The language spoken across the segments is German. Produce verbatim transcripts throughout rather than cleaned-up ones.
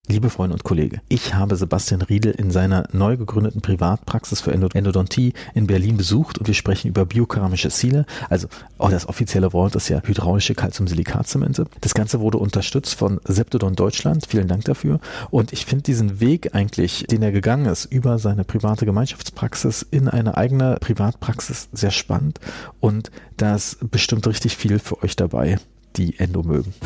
Liebe Freunde und Kollege, ich habe Sebastian Riedl in seiner neu gegründeten Privatpraxis für Endodontie in Berlin besucht und wir sprechen über biokeramische Ziele, also auch das offizielle Wort ist ja hydraulische Calcium-Silikat-Zemente. Das Ganze wurde unterstützt von Septodont Deutschland, vielen Dank dafür, und ich finde diesen Weg eigentlich, den er gegangen ist, über seine private Gemeinschaftspraxis in eine eigene Privatpraxis sehr spannend und da ist bestimmt richtig viel für euch dabei, die Endo mögen.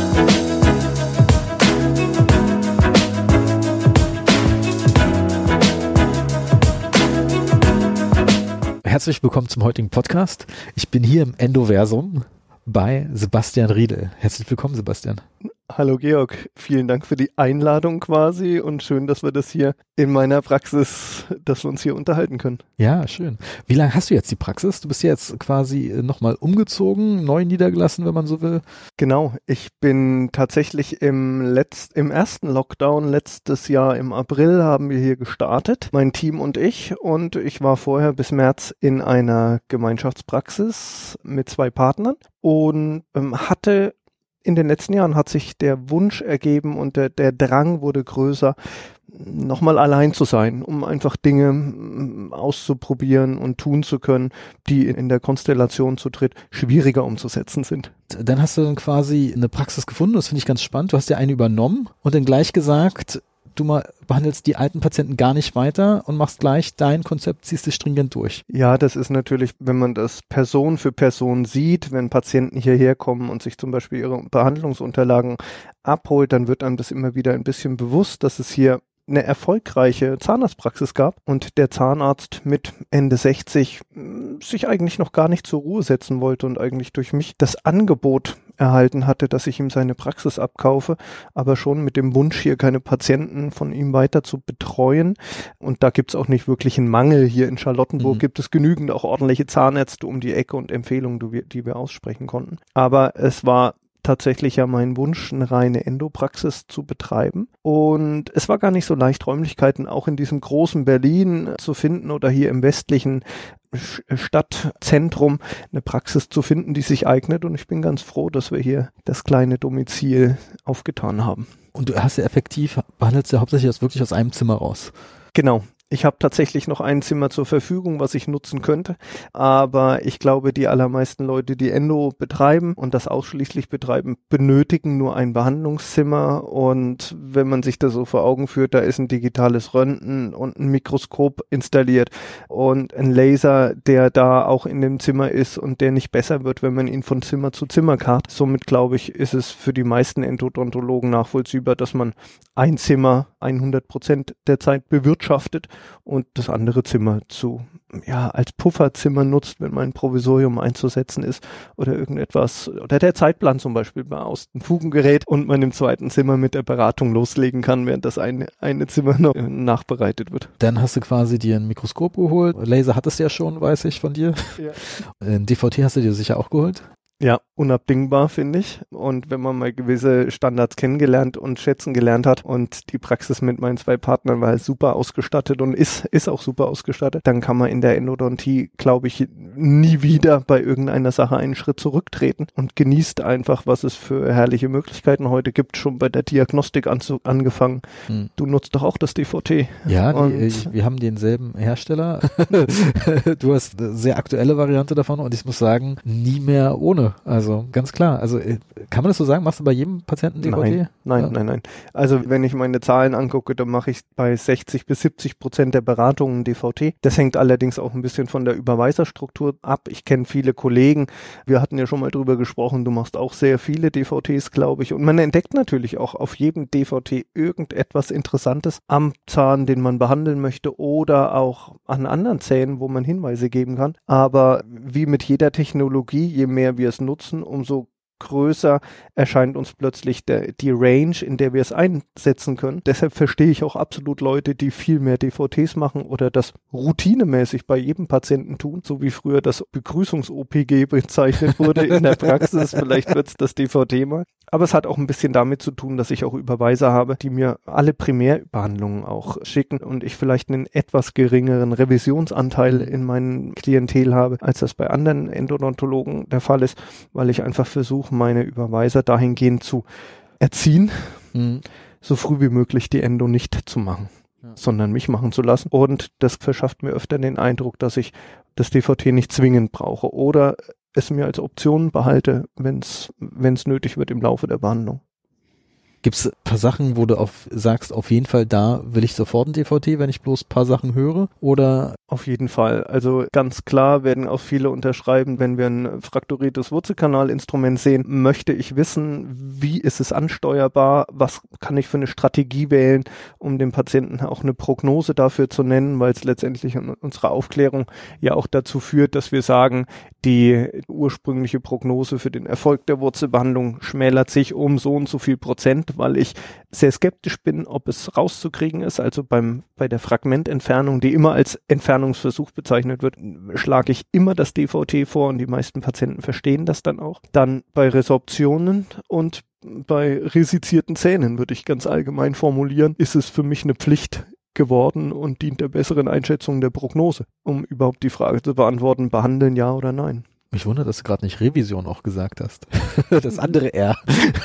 Herzlich willkommen zum heutigen Podcast. Ich bin hier im Endoversum bei Sebastian Riedl. Herzlich willkommen, Sebastian. Hallo Georg, vielen Dank für die Einladung quasi und schön, dass wir das hier in meiner Praxis, dass wir uns hier unterhalten können. Ja, schön. Wie lange hast du jetzt die Praxis? Du bist ja jetzt quasi nochmal umgezogen, neu niedergelassen, wenn man so will. Genau, ich bin tatsächlich im letzt, im ersten Lockdown letztes Jahr im April haben wir hier gestartet, mein Team und ich, und ich war vorher bis März in einer Gemeinschaftspraxis mit zwei Partnern und ähm, hatte in den letzten Jahren hat sich der Wunsch ergeben und der, der Drang wurde größer, nochmal allein zu sein, um einfach Dinge auszuprobieren und tun zu können, die in der Konstellation zu dritt schwieriger umzusetzen sind. Dann hast du dann quasi eine Praxis gefunden, das finde ich ganz spannend. Du hast dir eine übernommen und dann gleich gesagt, du mal behandelst die alten Patienten gar nicht weiter und machst gleich dein Konzept, ziehst es stringent durch. Ja, das ist natürlich, wenn man das Person für Person sieht, wenn Patienten hierher kommen und sich zum Beispiel ihre Behandlungsunterlagen abholt, dann wird einem das immer wieder ein bisschen bewusst, dass es hier eine erfolgreiche Zahnarztpraxis gab und der Zahnarzt mit Ende sechzig sich eigentlich noch gar nicht zur Ruhe setzen wollte und eigentlich durch mich das Angebot erhalten hatte, dass ich ihm seine Praxis abkaufe, aber schon mit dem Wunsch, hier keine Patienten von ihm weiter zu betreuen. Und da gibt es auch nicht wirklich einen Mangel. Hier in Charlottenburg mhm. gibt es genügend auch ordentliche Zahnärzte um die Ecke und Empfehlungen, die wir aussprechen konnten. Aber es war tatsächlich ja mein Wunsch, eine reine Endopraxis zu betreiben. Und es war gar nicht so leicht, Räumlichkeiten auch in diesem großen Berlin zu finden oder hier im westlichen Stadtzentrum eine Praxis zu finden, die sich eignet. Und ich bin ganz froh, dass wir hier das kleine Domizil aufgetan haben. Und du hast ja effektiv, behandelst ja hauptsächlich das wirklich aus einem Zimmer raus. Genau. Ich habe tatsächlich noch ein Zimmer zur Verfügung, was ich nutzen könnte, aber ich glaube, die allermeisten Leute, die Endo betreiben und das ausschließlich betreiben, benötigen nur ein Behandlungszimmer und wenn man sich das so vor Augen führt, da ist ein digitales Röntgen und ein Mikroskop installiert und ein Laser, der da auch in dem Zimmer ist und der nicht besser wird, wenn man ihn von Zimmer zu Zimmer karrt. Somit glaube ich, ist es für die meisten Endodontologen nachvollziehbar, dass man ein Zimmer hundert Prozent der Zeit bewirtschaftet und das andere Zimmer zu, ja, als Pufferzimmer nutzt, wenn mal ein Provisorium einzusetzen ist oder irgendetwas, oder der Zeitplan zum Beispiel mal aus dem Fugen gerät und man im zweiten Zimmer mit der Beratung loslegen kann, während das eine, eine Zimmer noch nachbereitet wird. Dann hast du quasi dir ein Mikroskop geholt, Laser hattest du ja schon, weiß ich von dir. Ja. Ein D V T hast du dir sicher auch geholt? Ja, unabdingbar, finde ich. Und wenn man mal gewisse Standards kennengelernt und schätzen gelernt hat und die Praxis mit meinen zwei Partnern war halt super ausgestattet und ist ist auch super ausgestattet, dann kann man in der Endodontie, glaube ich, nie wieder bei irgendeiner Sache einen Schritt zurücktreten und genießt einfach, was es für herrliche Möglichkeiten heute gibt, schon bei der Diagnostik anzu- angefangen. Hm. Du nutzt doch auch das D V T. Ja, die, wir haben denselben Hersteller. Du hast eine sehr aktuelle Variante davon und ich muss sagen, nie mehr ohne. Also ganz klar. Also kann man das so sagen? Machst du bei jedem Patienten D V T? Nein, nein, ja. nein, nein. Also wenn ich meine Zahlen angucke, dann mache ich bei sechzig bis siebzig Prozent der Beratungen D V T. Das hängt allerdings auch ein bisschen von der Überweiserstruktur ab. Ich kenne viele Kollegen. Wir hatten ja schon mal drüber gesprochen. Du machst auch sehr viele D V Ts, glaube ich. Und man entdeckt natürlich auch auf jedem D V T irgendetwas Interessantes am Zahn, den man behandeln möchte oder auch an anderen Zähnen, wo man Hinweise geben kann. Aber wie mit jeder Technologie, je mehr wir es nutzen, umso größer erscheint uns plötzlich der, die Range, in der wir es einsetzen können. Deshalb verstehe ich auch absolut Leute, die viel mehr D V Ts machen oder das routinemäßig bei jedem Patienten tun, so wie früher das Begrüßungs-O P G bezeichnet wurde in der Praxis. Vielleicht wird es das D V T mal. Aber es hat auch ein bisschen damit zu tun, dass ich auch Überweiser habe, die mir alle Primärbehandlungen auch schicken und ich vielleicht einen etwas geringeren Revisionsanteil in meinem Klientel habe, als das bei anderen Endodontologen der Fall ist, weil ich einfach versuche, meine Überweiser dahingehend zu erziehen, mhm. so früh wie möglich die Endo nicht zu machen, ja. sondern mich machen zu lassen. Und das verschafft mir öfter den Eindruck, dass ich das D V T nicht zwingend brauche oder es mir als Option behalte, wenn es wenn es nötig wird im Laufe der Behandlung. Gibt es ein paar Sachen, wo du auf, sagst, auf jeden Fall da will ich sofort ein D V T, wenn ich bloß ein paar Sachen höre? Oder? Auf jeden Fall. Also ganz klar werden auch viele unterschreiben, wenn wir ein frakturiertes Wurzelkanalinstrument sehen, möchte ich wissen, wie ist es ansteuerbar, was kann ich für eine Strategie wählen, um dem Patienten auch eine Prognose dafür zu nennen, weil es letztendlich in unserer Aufklärung ja auch dazu führt, dass wir sagen, die ursprüngliche Prognose für den Erfolg der Wurzelbehandlung schmälert sich um so und so viel Prozent, weil ich sehr skeptisch bin, ob es rauszukriegen ist. Also beim bei der Fragmententfernung, die immer als Entfernungsversuch bezeichnet wird, schlage ich immer das D V T vor und die meisten Patienten verstehen das dann auch. Dann bei Resorptionen und bei resizierten Zähnen, würde ich ganz allgemein formulieren, ist es für mich eine Pflicht geworden und dient der besseren Einschätzung der Prognose, um überhaupt die Frage zu beantworten, behandeln ja oder nein. Mich wundert, dass du gerade nicht Revision auch gesagt hast. Das andere R.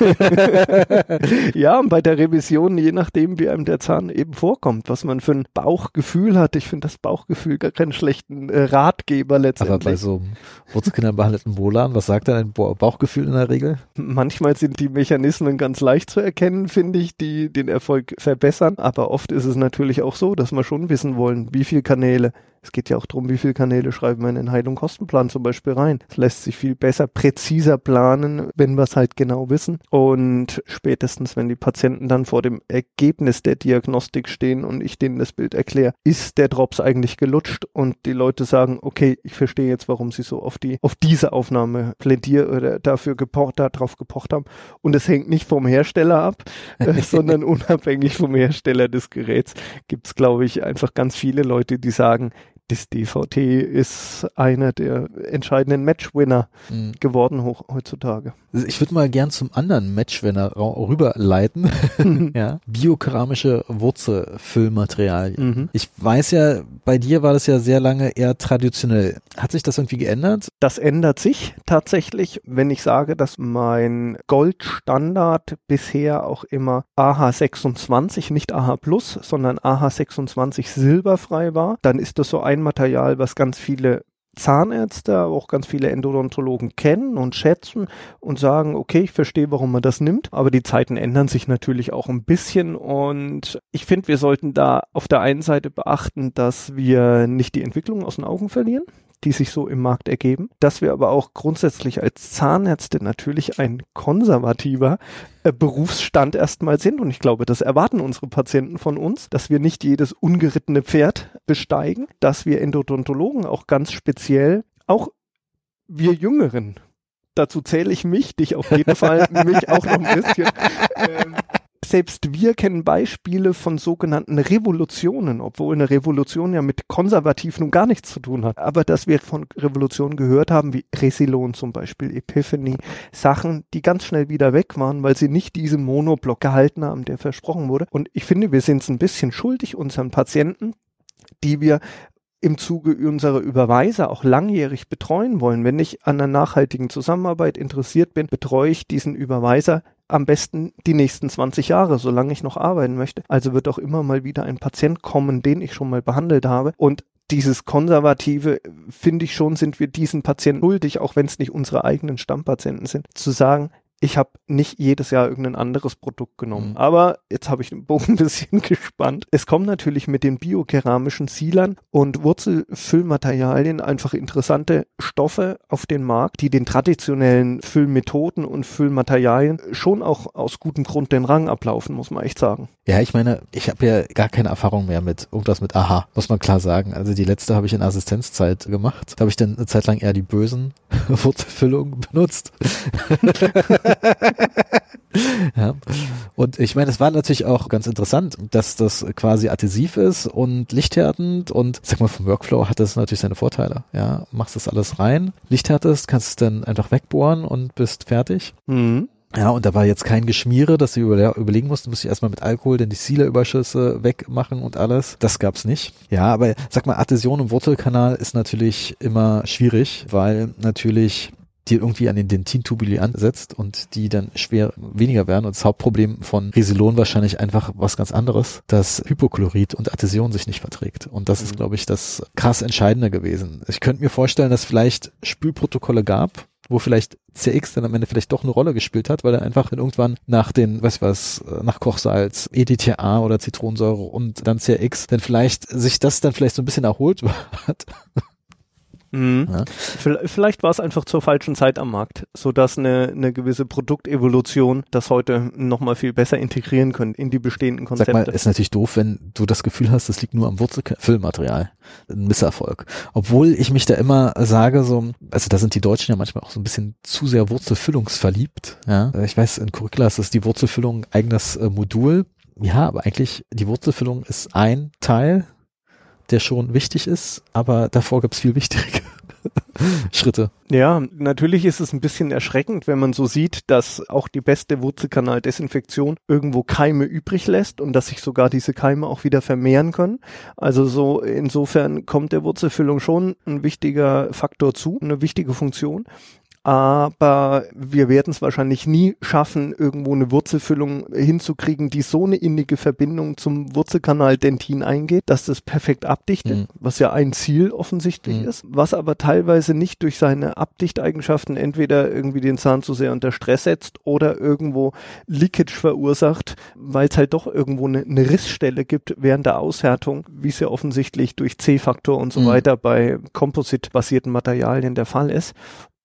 Ja, und bei der Revision, je nachdem, wie einem der Zahn eben vorkommt, was man für ein Bauchgefühl hat. Ich finde das Bauchgefühl gar keinen schlechten äh, Ratgeber letztendlich. Aber bei so einem wurzelkanalbehandelten Molar, was sagt dein Bauchgefühl in der Regel? Manchmal sind die Mechanismen ganz leicht zu erkennen, finde ich, die den Erfolg verbessern. Aber oft ist es natürlich auch so, dass wir schon wissen wollen, wie viele Kanäle. Es geht ja auch darum, wie viele Kanäle schreiben wir in den Heil- und Kostenplan zum Beispiel rein. Es lässt sich viel besser, präziser planen, wenn wir es halt genau wissen. Und spätestens, wenn die Patienten dann vor dem Ergebnis der Diagnostik stehen und ich denen das Bild erkläre, ist der Drops eigentlich gelutscht und die Leute sagen, okay, ich verstehe jetzt, warum sie so auf die auf diese Aufnahme plädieren oder dafür gepocht, darauf gepocht haben. Und es hängt nicht vom Hersteller ab, äh, sondern unabhängig vom Hersteller des Geräts gibt es, glaube ich, einfach ganz viele Leute, die sagen, das D V T ist einer der entscheidenden Matchwinner mhm. geworden hoch, heutzutage. Ich würde mal gern zum anderen Matchwinner rüberleiten. Ja. Biokeramische Wurzelfüllmaterialien. Mhm. Ich weiß ja, bei dir war das ja sehr lange eher traditionell. Hat sich das irgendwie geändert? Das ändert sich tatsächlich, wenn ich sage, dass mein Goldstandard bisher auch immer A H sechsundzwanzig, nicht A H Plus, sondern A H sechsundzwanzig silberfrei war, dann ist das so ein Material, was ganz viele Zahnärzte, aber auch ganz viele Endodontologen kennen und schätzen und sagen, okay, ich verstehe, warum man das nimmt, aber die Zeiten ändern sich natürlich auch ein bisschen und ich finde, wir sollten da auf der einen Seite beachten, dass wir nicht die Entwicklung aus den Augen verlieren, die sich so im Markt ergeben, dass wir aber auch grundsätzlich als Zahnärzte natürlich ein konservativer äh, Berufsstand erstmal sind und ich glaube, das erwarten unsere Patienten von uns, dass wir nicht jedes ungerittene Pferd besteigen, dass wir Endodontologen auch ganz speziell, auch wir Jüngeren, dazu zähle ich mich, dich auf jeden Fall, mich auch noch ein bisschen, ähm, selbst wir kennen Beispiele von sogenannten Revolutionen, obwohl eine Revolution ja mit konservativ nun gar nichts zu tun hat. Aber dass wir von Revolutionen gehört haben, wie Resilon zum Beispiel, Epiphany, Sachen, die ganz schnell wieder weg waren, weil sie nicht diesen Monoblock gehalten haben, der versprochen wurde. Und ich finde, wir sind es ein bisschen schuldig unseren Patienten, die wir im Zuge unserer Überweiser auch langjährig betreuen wollen. Wenn ich an einer nachhaltigen Zusammenarbeit interessiert bin, betreue ich diesen Überweiser am besten die nächsten zwanzig Jahre, solange ich noch arbeiten möchte. Also wird auch immer mal wieder ein Patient kommen, den ich schon mal behandelt habe. Und dieses Konservative, finde ich schon, sind wir diesen Patienten schuldig, auch wenn es nicht unsere eigenen Stammpatienten sind, zu sagen, ich habe nicht jedes Jahr irgendein anderes Produkt genommen. Mhm. Aber jetzt habe ich den Bogen ein bisschen gespannt. Es kommen natürlich mit den biokeramischen Sealern und Wurzelfüllmaterialien einfach interessante Stoffe auf den Markt, die den traditionellen Füllmethoden und Füllmaterialien schon auch aus gutem Grund den Rang ablaufen, muss man echt sagen. Ja, ich meine, ich habe ja gar keine Erfahrung mehr mit irgendwas mit A H, muss man klar sagen. Also die letzte habe ich in Assistenzzeit gemacht. Da habe ich dann eine Zeit lang eher die bösen Wurzelfüllungen benutzt. Ja. Und ich meine, es war natürlich auch ganz interessant, dass das quasi adhesiv ist und lichthärtend und sag mal, vom Workflow hat das natürlich seine Vorteile. Ja, machst das alles rein, lichthärtest, kannst es dann einfach wegbohren und bist fertig. Mhm. Ja, und da war jetzt kein Geschmiere, dass du über, überlegen musst, du musst erstmal mit Alkohol dann die Sealer-Überschüsse wegmachen und alles. Das gab's nicht. Ja, aber sag mal, Adhäsion im Wurzelkanal ist natürlich immer schwierig, weil natürlich die irgendwie an den Dentintubuli ansetzt und die dann schwer weniger werden. Und das Hauptproblem von Resilon wahrscheinlich einfach was ganz anderes, dass Hypochlorid und Adhäsion sich nicht verträgt. Und das mhm. ist, glaube ich, das krass Entscheidende gewesen. Ich könnte mir vorstellen, dass vielleicht Spülprotokolle gab, wo vielleicht C X dann am Ende vielleicht doch eine Rolle gespielt hat, weil er einfach dann irgendwann nach den, weiß ich was, nach Kochsalz, E D T A oder Zitronensäure und dann C X, dann vielleicht sich das dann vielleicht so ein bisschen erholt hat. Mhm. Ja. Vielleicht war es einfach zur falschen Zeit am Markt, sodass eine, eine gewisse Produktevolution das heute nochmal viel besser integrieren können in die bestehenden Konzepte. Sag mal, ist natürlich doof, wenn du das Gefühl hast, das liegt nur am Wurzelfüllmaterial. Ein Misserfolg. Obwohl ich mich da immer sage, so, also da sind die Deutschen ja manchmal auch so ein bisschen zu sehr wurzelfüllungsverliebt. Ja? Ich weiß, in Curricula ist das die Wurzelfüllung ein eigenes äh, Modul. Ja, aber eigentlich die Wurzelfüllung ist ein Teil, der schon wichtig ist, aber davor gibt es viel wichtigere Schritte. Ja, natürlich ist es ein bisschen erschreckend, wenn man so sieht, dass auch die beste Wurzelkanaldesinfektion irgendwo Keime übrig lässt und dass sich sogar diese Keime auch wieder vermehren können. Also so insofern kommt der Wurzelfüllung schon ein wichtiger Faktor zu, eine wichtige Funktion. Aber wir werden es wahrscheinlich nie schaffen, irgendwo eine Wurzelfüllung hinzukriegen, die so eine innige Verbindung zum Wurzelkanal Dentin eingeht, dass das perfekt abdichtet, mhm. was ja ein Ziel offensichtlich mhm. ist, was aber teilweise nicht durch seine Abdichteigenschaften entweder irgendwie den Zahn zu sehr unter Stress setzt oder irgendwo Leakage verursacht, weil es halt doch irgendwo eine, eine Rissstelle gibt während der Aushärtung, wie es ja offensichtlich durch C-Faktor und so mhm. weiter bei Composite-basierten Materialien der Fall ist.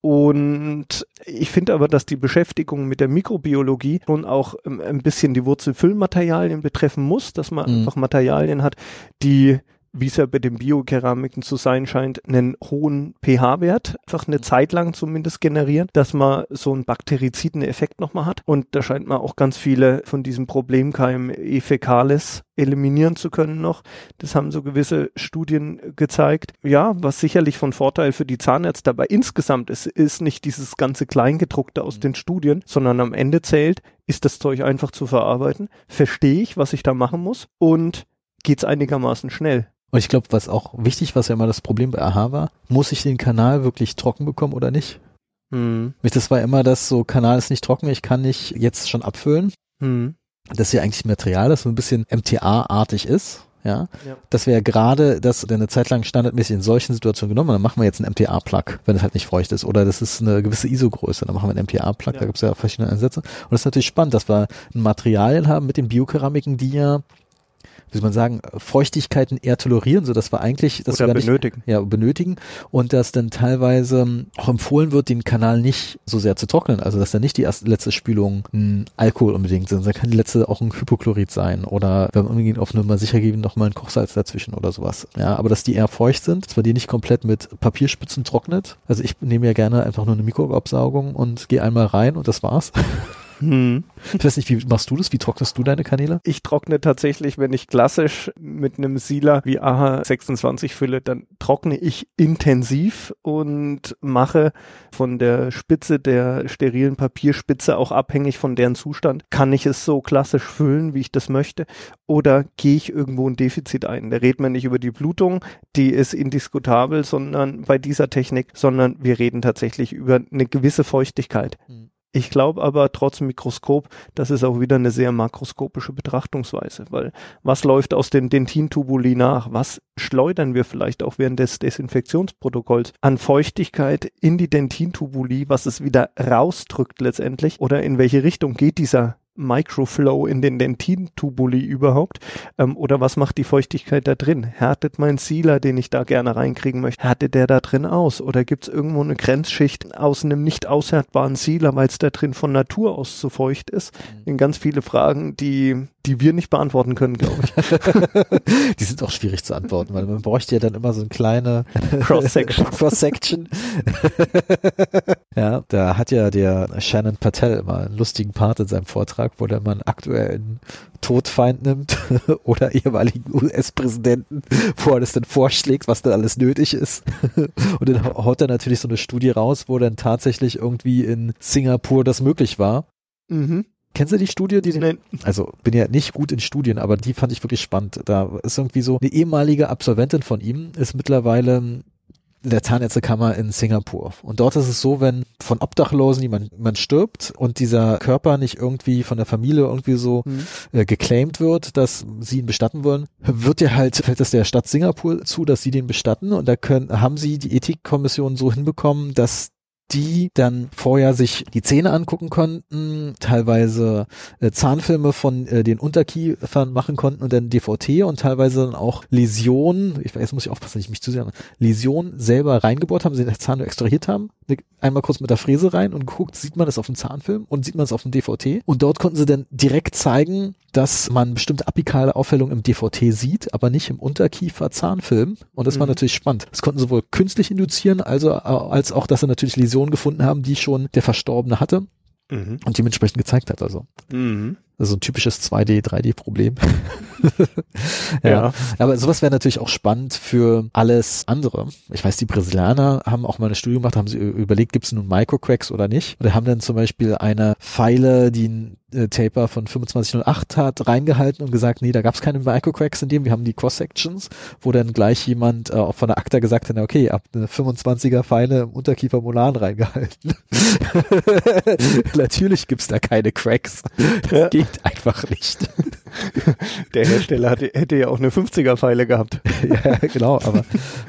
Und ich finde aber, dass die Beschäftigung mit der Mikrobiologie schon auch ähm, ein bisschen die Wurzelfüllmaterialien betreffen muss, dass man mhm. einfach Materialien hat, die, wie es ja bei den Biokeramiken zu sein scheint, einen hohen pH-Wert, einfach eine Zeit lang zumindest generieren, dass man so einen bakteriziden Effekt nochmal hat. Und da scheint man auch ganz viele von diesem Problemkeim E. fecalis eliminieren zu können noch. Das haben so gewisse Studien gezeigt. Ja, was sicherlich von Vorteil für die Zahnärzte dabei insgesamt ist, ist nicht dieses ganze Kleingedruckte aus mhm. den Studien, sondern am Ende zählt, ist das Zeug einfach zu verarbeiten? Verstehe ich, was ich da machen muss? Und geht's einigermaßen schnell? Und ich glaube, was auch wichtig, was ja immer das Problem bei A H A war, muss ich den Kanal wirklich trocken bekommen oder nicht? Hm. Das war immer das so, Kanal ist nicht trocken, ich kann nicht jetzt schon abfüllen. Hm. Das ist ja eigentlich Material, das so ein bisschen M T A-artig ist. Ja, ja. Das wäre gerade, das eine Zeit lang standardmäßig in solchen Situationen genommen, dann machen wir jetzt einen M T A-Plug, wenn es halt nicht feucht ist. Oder das ist eine gewisse I S O-Größe, dann machen wir einen M T A-Plug, ja. Da gibt es ja verschiedene Ansätze. Und das ist natürlich spannend, dass wir ein Material haben mit den Biokeramiken, die ja, wie soll man sagen, Feuchtigkeiten eher tolerieren, so dass wir eigentlich das Oder benötigen. Nicht, ja, benötigen und dass dann teilweise auch empfohlen wird, den Kanal nicht so sehr zu trocknen, also dass dann nicht die erste, letzte Spülung ein Alkohol unbedingt sind, sondern kann die letzte auch ein Hypochlorid sein oder wenn man unbedingt auf Nummer sicher geben, noch mal ein Kochsalz dazwischen oder sowas. Ja, aber dass die eher feucht sind, dass man die nicht komplett mit Papierspitzen trocknet. Also ich nehme ja gerne einfach nur eine Mikroabsaugung und gehe einmal rein und das war's. Hm. Ich weiß nicht, wie machst du das? Wie trocknest du deine Kanäle? Ich trockne tatsächlich, wenn ich klassisch mit einem Sealer wie A H A sechsundzwanzig fülle, dann trockne ich intensiv und mache von der Spitze der sterilen Papierspitze auch abhängig von deren Zustand. Kann ich es so klassisch füllen, wie ich das möchte? Oder gehe ich irgendwo ein Defizit ein? Da reden wir nicht über die Blutung, die ist indiskutabel, sondern bei dieser Technik, sondern wir reden tatsächlich über eine gewisse Feuchtigkeit. Hm. Ich glaube aber trotz Mikroskop, das ist auch wieder eine sehr makroskopische Betrachtungsweise, weil was läuft aus den Dentintubuli nach? Was schleudern wir vielleicht auch während des Desinfektionsprotokolls an Feuchtigkeit in die Dentintubuli, was es wieder rausdrückt letztendlich? Oder in welche Richtung geht dieser Microflow in den Dentintubuli überhaupt? Ähm, oder was macht die Feuchtigkeit da drin? Härtet mein Sealer, den ich da gerne reinkriegen möchte, härtet der da drin aus? Oder gibt es irgendwo eine Grenzschicht aus einem nicht aushärtbaren Sealer, weil es da drin von Natur aus zu feucht ist? In ganz viele Fragen, die die wir nicht beantworten können, glaube ich. Die sind auch schwierig zu antworten, weil man bräuchte ja dann immer so eine kleine Cross-Section. Cross-Section. Ja, da hat ja der Shannon Patel immer einen lustigen Part in seinem Vortrag, wo der mal einen aktuellen Todfeind nimmt oder ehemaligen U S-Präsidenten, wo er das dann vorschlägt, was dann alles nötig ist. Und dann haut er natürlich so eine Studie raus, wo dann tatsächlich irgendwie in Singapur das möglich war. Mhm. Kennst du die Studie? Die den, also bin ja nicht gut in Studien, aber die fand ich wirklich spannend. Da ist irgendwie so eine ehemalige Absolventin von ihm, ist mittlerweile in der Zahnärztekammer in Singapur. Und dort ist es so, wenn von Obdachlosen jemand, jemand stirbt und dieser Körper nicht irgendwie von der Familie irgendwie so mhm. äh, geclaimed wird, dass sie ihn bestatten wollen, wird ja halt, fällt das der Stadt Singapur zu, dass sie den bestatten, und da können, haben sie die Ethikkommission so hinbekommen, dass die dann vorher sich die Zähne angucken konnten, teilweise äh, Zahnfilme von äh, den Unterkiefern machen konnten und dann D V T und teilweise dann auch Läsionen, ich weiß, jetzt muss ich aufpassen, dass ich mich zu sehr, Läsionen selber reingebohrt haben, sie den Zahn nur extrahiert haben, einmal kurz mit der Fräse rein und geguckt, sieht man das auf dem Zahnfilm und sieht man es auf dem D V T, und dort konnten sie dann direkt zeigen, dass man bestimmte apikale Auffällungen im D V T sieht, aber nicht im Unterkiefer-Zahnfilm, und das mhm. war natürlich spannend. Das konnten sie wohl künstlich induzieren, also als auch, dass sie natürlich Läsionen gefunden haben, die schon der Verstorbene hatte mhm. und dementsprechend gezeigt hat. Also mhm. also ein typisches zwei D, drei D-Problem. ja. ja, aber sowas wäre natürlich auch spannend für alles andere. Ich weiß, die Brasilianer haben auch mal eine Studie gemacht, haben sie überlegt, gibt es nun Microcracks oder nicht. Oder haben dann zum Beispiel eine Pfeile, die ein äh, Taper von fünfundzwanzig null acht hat, reingehalten und gesagt, nee, da gab es keine Microcracks in dem, wir haben die Cross-Sections, wo dann gleich jemand äh, auch von der Akta gesagt hat, okay, ab eine fünfundzwanziger Pfeile im Unterkiefer Molaren reingehalten. Natürlich gibt's da keine Cracks. Das ja. geht einfach nicht. Der Hersteller hatte, hätte ja auch eine fünfziger Pfeile gehabt. Ja, genau, aber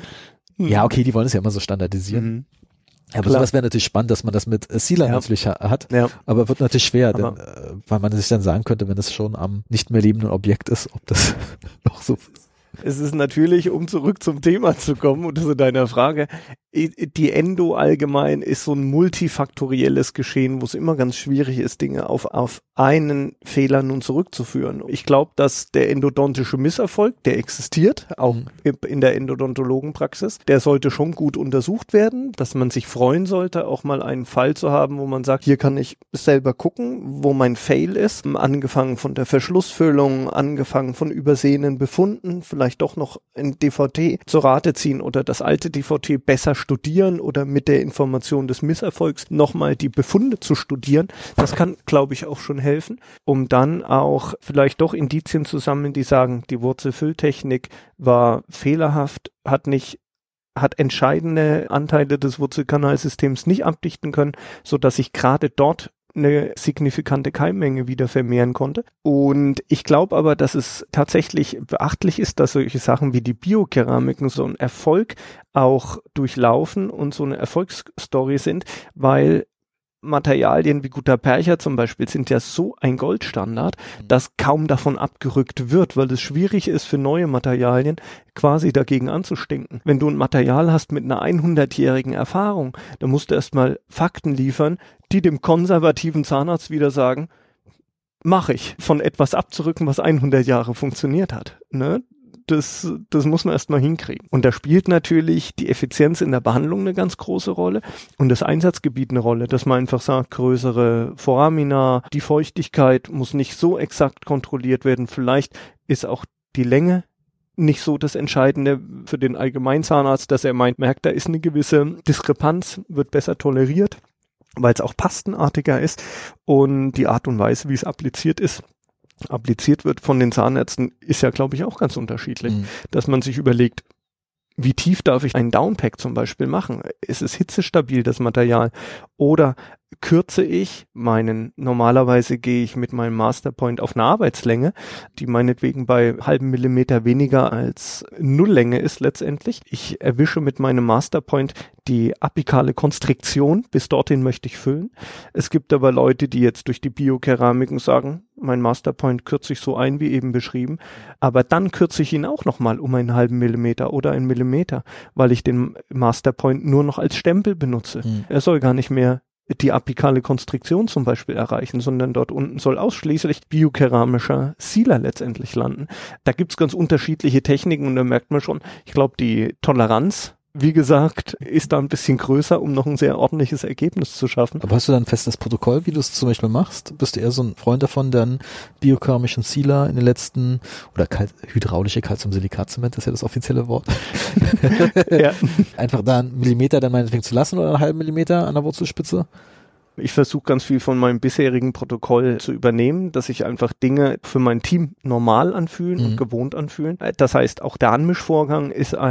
ja, okay, die wollen es ja immer so standardisieren. Mhm. Aber Klar. sowas wäre natürlich spannend, dass man das mit äh, Sealer ja. natürlich ha- hat, ja. aber wird natürlich schwer, denn, äh, weil man sich dann sagen könnte, wenn es schon am nicht mehr lebenden Objekt ist, ob das noch so ist. Es ist natürlich, um zurück zum Thema zu kommen und zu deiner Frage, die Endo allgemein ist so ein multifaktorielles Geschehen, wo es immer ganz schwierig ist, Dinge auf, auf einen Fehler nun zurückzuführen. Ich glaube, dass der endodontische Misserfolg, der existiert, auch mhm. in der Endodontologenpraxis, der sollte schon gut untersucht werden, dass man sich freuen sollte, auch mal einen Fall zu haben, wo man sagt, hier kann ich selber gucken, wo mein Fail ist, angefangen von der Verschlussfüllung, angefangen von übersehenen Befunden, vielleicht doch noch ein D V T zur Rate ziehen oder das alte D V T besser studieren oder mit der Information des Misserfolgs nochmal die Befunde zu studieren. Das kann, glaube ich, auch schon helfen, um dann auch vielleicht doch Indizien zu sammeln, die sagen, die Wurzelfülltechnik war fehlerhaft, hat nicht hat entscheidende Anteile des Wurzelkanalsystems nicht abdichten können, sodass sich gerade dort eine signifikante Keimmenge wieder vermehren konnte. Und ich glaube aber, dass es tatsächlich beachtlich ist, dass solche Sachen wie die Biokeramiken so einen Erfolg auch durchlaufen und so eine Erfolgsstory sind, weil Materialien wie Gutta-Percha zum Beispiel sind ja so ein Goldstandard, dass kaum davon abgerückt wird, weil es schwierig ist für neue Materialien quasi dagegen anzustinken. Wenn du ein Material hast mit einer hundertjährigen Erfahrung, dann musst du erstmal Fakten liefern, die dem konservativen Zahnarzt wieder sagen, mache ich, von etwas abzurücken, was hundert Jahre funktioniert hat, ne? Das, das muss man erstmal hinkriegen. Und da spielt natürlich die Effizienz in der Behandlung eine ganz große Rolle und das Einsatzgebiet eine Rolle, dass man einfach sagt, größere Foramina, die Feuchtigkeit muss nicht so exakt kontrolliert werden. Vielleicht ist auch die Länge nicht so das Entscheidende für den Allgemeinzahnarzt, dass er meint, merkt, da ist eine gewisse Diskrepanz, wird besser toleriert, weil es auch pastenartiger ist und die Art und Weise, wie es appliziert ist, appliziert wird von den Zahnärzten, ist ja, glaube ich, auch ganz unterschiedlich. Mhm. Dass man sich überlegt, wie tief darf ich einen Downpack zum Beispiel machen? Ist es hitzestabil, das Material? Oder kürze ich meinen, normalerweise gehe ich mit meinem Masterpoint auf eine Arbeitslänge, die meinetwegen bei halben Millimeter weniger als Nulllänge ist letztendlich. Ich erwische mit meinem Masterpoint die apikale Konstriktion, bis dorthin möchte ich füllen. Es gibt aber Leute, die jetzt durch die Biokeramiken sagen, mein Masterpoint kürze ich so ein, wie eben beschrieben, aber dann kürze ich ihn auch nochmal um einen halben Millimeter oder einen Millimeter, weil ich den Masterpoint nur noch als Stempel benutze. Mhm. Er soll gar nicht mehr die apikale Konstriktion zum Beispiel erreichen, sondern dort unten soll ausschließlich biokeramischer Sealer letztendlich landen. Da gibt's ganz unterschiedliche Techniken und da merkt man schon, ich glaube, die Toleranz, wie gesagt, ist da ein bisschen größer, um noch ein sehr ordentliches Ergebnis zu schaffen. Aber hast du dann ein festes Protokoll, wie du es zum Beispiel machst? Bist du eher so ein Freund davon, dann biokeramischen Sealer in den letzten, oder kalt, hydraulische Calciumsilikat-Zement, das ist ja das offizielle Wort. Ja. Einfach da einen Millimeter dann meinetwegen zu lassen oder einen halben Millimeter an der Wurzelspitze? Ich versuche ganz viel von meinem bisherigen Protokoll zu übernehmen, dass sich einfach Dinge für mein Team normal anfühlen mhm. und gewohnt anfühlen. Das heißt, auch der Anmischvorgang ist ein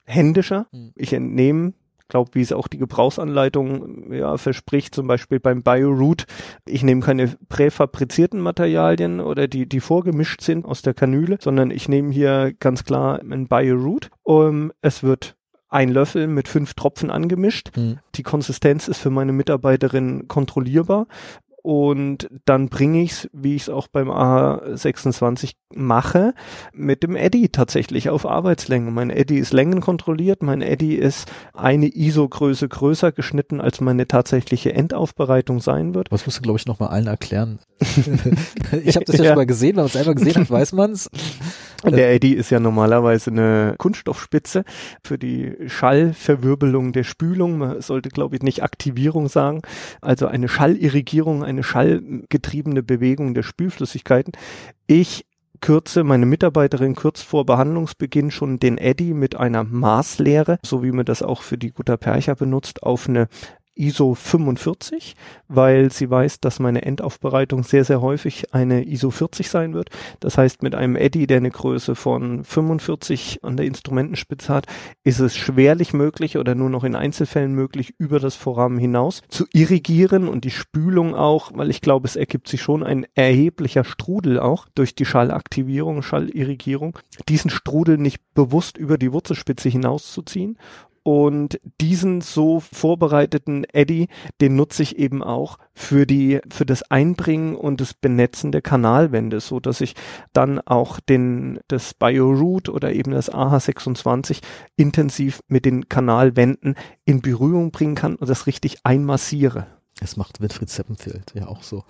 händischer. Mhm. Ich entnehme, glaube, wie es auch die Gebrauchsanleitung ja, verspricht, zum Beispiel beim BioRoot. Ich nehme keine präfabrizierten Materialien oder die, die vorgemischt sind aus der Kanüle, sondern ich nehme hier ganz klar ein BioRoot. Um, es wird ein Löffel mit fünf Tropfen angemischt. Hm. Die Konsistenz ist für meine Mitarbeiterin kontrollierbar. Und dann bringe ich es, wie ich es auch beim A H sechsundzwanzig mache, mit dem Eddy tatsächlich auf Arbeitslänge. Mein Eddy ist längenkontrolliert, mein Eddy ist eine I S O-Größe größer geschnitten, als meine tatsächliche Endaufbereitung sein wird. Das musst du, glaube ich, nochmal allen erklären. Ich habe das ja, ja schon mal gesehen, wenn man es einmal gesehen hat, weiß man es. Der Eddy ist ja normalerweise eine Kunststoffspitze für die Schallverwirbelung der Spülung. Man sollte, glaube ich, nicht Aktivierung sagen. Also eine Schallirrigierung, eine schallgetriebene Bewegung der Spülflüssigkeiten. Ich kürze, meine Mitarbeiterin kürzt vor Behandlungsbeginn schon den Eddy mit einer Maßlehre, so wie man das auch für die Gutta-Percha benutzt, auf eine I S O fünfundvierzig, weil sie weiß, dass meine Endaufbereitung sehr, sehr häufig eine I S O vierzig sein wird. Das heißt, mit einem Eddy, der eine Größe von fünfundvierzig an der Instrumentenspitze hat, ist es schwerlich möglich oder nur noch in Einzelfällen möglich, über das Vorrahmen hinaus zu irrigieren und die Spülung auch, weil ich glaube, es ergibt sich schon ein erheblicher Strudel auch durch die Schallaktivierung, Schallirrigierung, diesen Strudel nicht bewusst über die Wurzelspitze hinauszuziehen. Und diesen so vorbereiteten Eddy, den nutze ich eben auch für die, für das Einbringen und das Benetzen der Kanalwände, so dass ich dann auch den, das BioRoot oder eben das A H sechsundzwanzig intensiv mit den Kanalwänden in Berührung bringen kann und das richtig einmassiere. Das macht Winfried Seppenfeld ja auch so.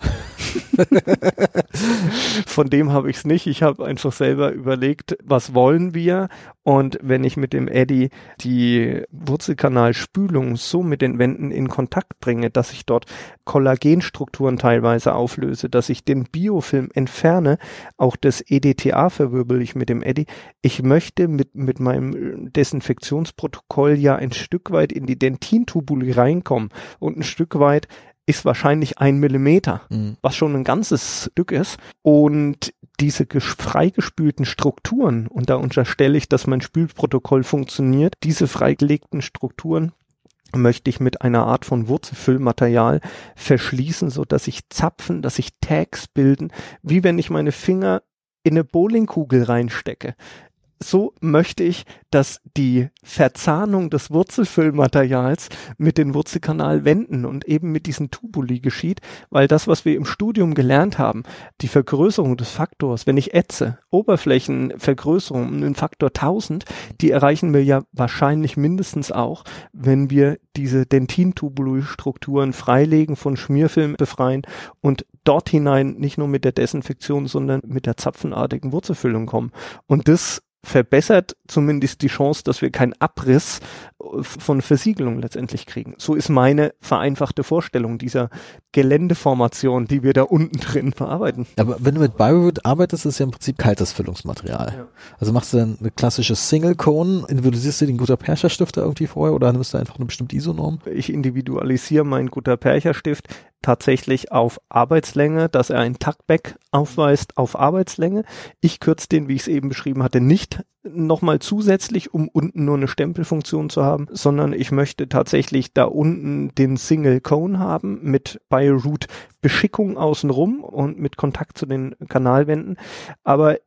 Von dem habe ich es nicht. Ich habe einfach selber überlegt, was wollen wir? Und wenn ich mit dem Eddy die Wurzelkanalspülung so mit den Wänden in Kontakt bringe, dass ich dort Kollagenstrukturen teilweise auflöse, dass ich den Biofilm entferne, auch das E D T A verwirbel ich mit dem Eddy. Ich möchte mit, mit meinem Desinfektionsprotokoll ja ein Stück weit in die Dentintubuli reinkommen und ein Stück weit ist wahrscheinlich ein Millimeter, mhm. was schon ein ganzes Stück ist. Und diese freigespülten Strukturen, und da unterstelle ich, dass mein Spülprotokoll funktioniert, diese freigelegten Strukturen möchte ich mit einer Art von Wurzelfüllmaterial verschließen, so dass sich Zapfen, dass sich Tags bilden, wie wenn ich meine Finger in eine Bowlingkugel reinstecke. So möchte ich, dass die Verzahnung des Wurzelfüllmaterials mit den Wurzelkanalwänden und eben mit diesen Tubuli geschieht, weil das, was wir im Studium gelernt haben, die Vergrößerung des Faktors, wenn ich ätze, Oberflächenvergrößerung um den Faktor tausend, die erreichen wir ja wahrscheinlich mindestens auch, wenn wir diese Dentintubuli-Strukturen freilegen, von Schmierfilm befreien und dort hinein nicht nur mit der Desinfektion, sondern mit der zapfenartigen Wurzelfüllung kommen. Und das verbessert zumindest die Chance, dass wir keinen Abriss von Versiegelung letztendlich kriegen. So ist meine vereinfachte Vorstellung dieser Geländeformation, die wir da unten drin verarbeiten. Aber wenn du mit BioRoot arbeitest, ist es ja im Prinzip kaltes Füllungsmaterial. Ja. Also machst du dann eine klassische Single Cone, individualisierst du den Gutta-Percha-Stift irgendwie vorher oder nimmst du einfach eine bestimmte I S O-Norm? Ich individualisiere meinen Gutta-Percha-Stift tatsächlich auf Arbeitslänge, dass er ein Tuckback aufweist auf Arbeitslänge. Ich kürze den, wie ich es eben beschrieben hatte, nicht nochmal zusätzlich, um unten nur eine Stempelfunktion zu haben, sondern ich möchte tatsächlich da unten den Single Cone haben mit BioRoot Beschickung außenrum und mit Kontakt zu den Kanalwänden. Aber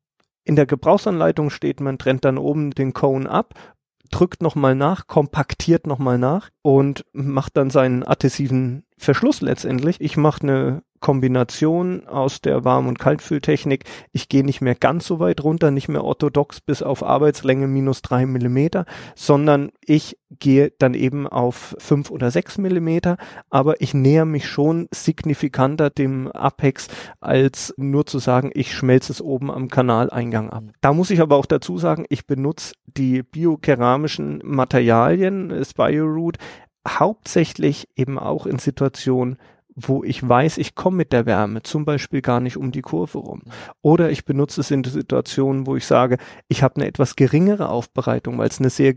in der Gebrauchsanleitung steht, man trennt dann oben den Cone ab, drückt nochmal nach, kompaktiert nochmal nach und macht dann seinen adhesiven Verschluss letztendlich. Ich mache eine Kombination aus der Warm- und Kaltfülltechnik. Ich gehe nicht mehr ganz so weit runter, nicht mehr orthodox bis auf Arbeitslänge minus drei Millimeter, sondern ich gehe dann eben auf fünf oder sechs Millimeter, aber ich näher mich schon signifikanter dem Apex, als nur zu sagen, ich schmelze es oben am Kanaleingang ab. Da muss ich aber auch dazu sagen, ich benutze die biokeramischen Materialien, das BioRoot, hauptsächlich eben auch in Situationen, wo ich weiß, ich komme mit der Wärme zum Beispiel gar nicht um die Kurve rum. Oder ich benutze es in Situationen, wo ich sage, ich habe eine etwas geringere Aufbereitung, weil es eine sehr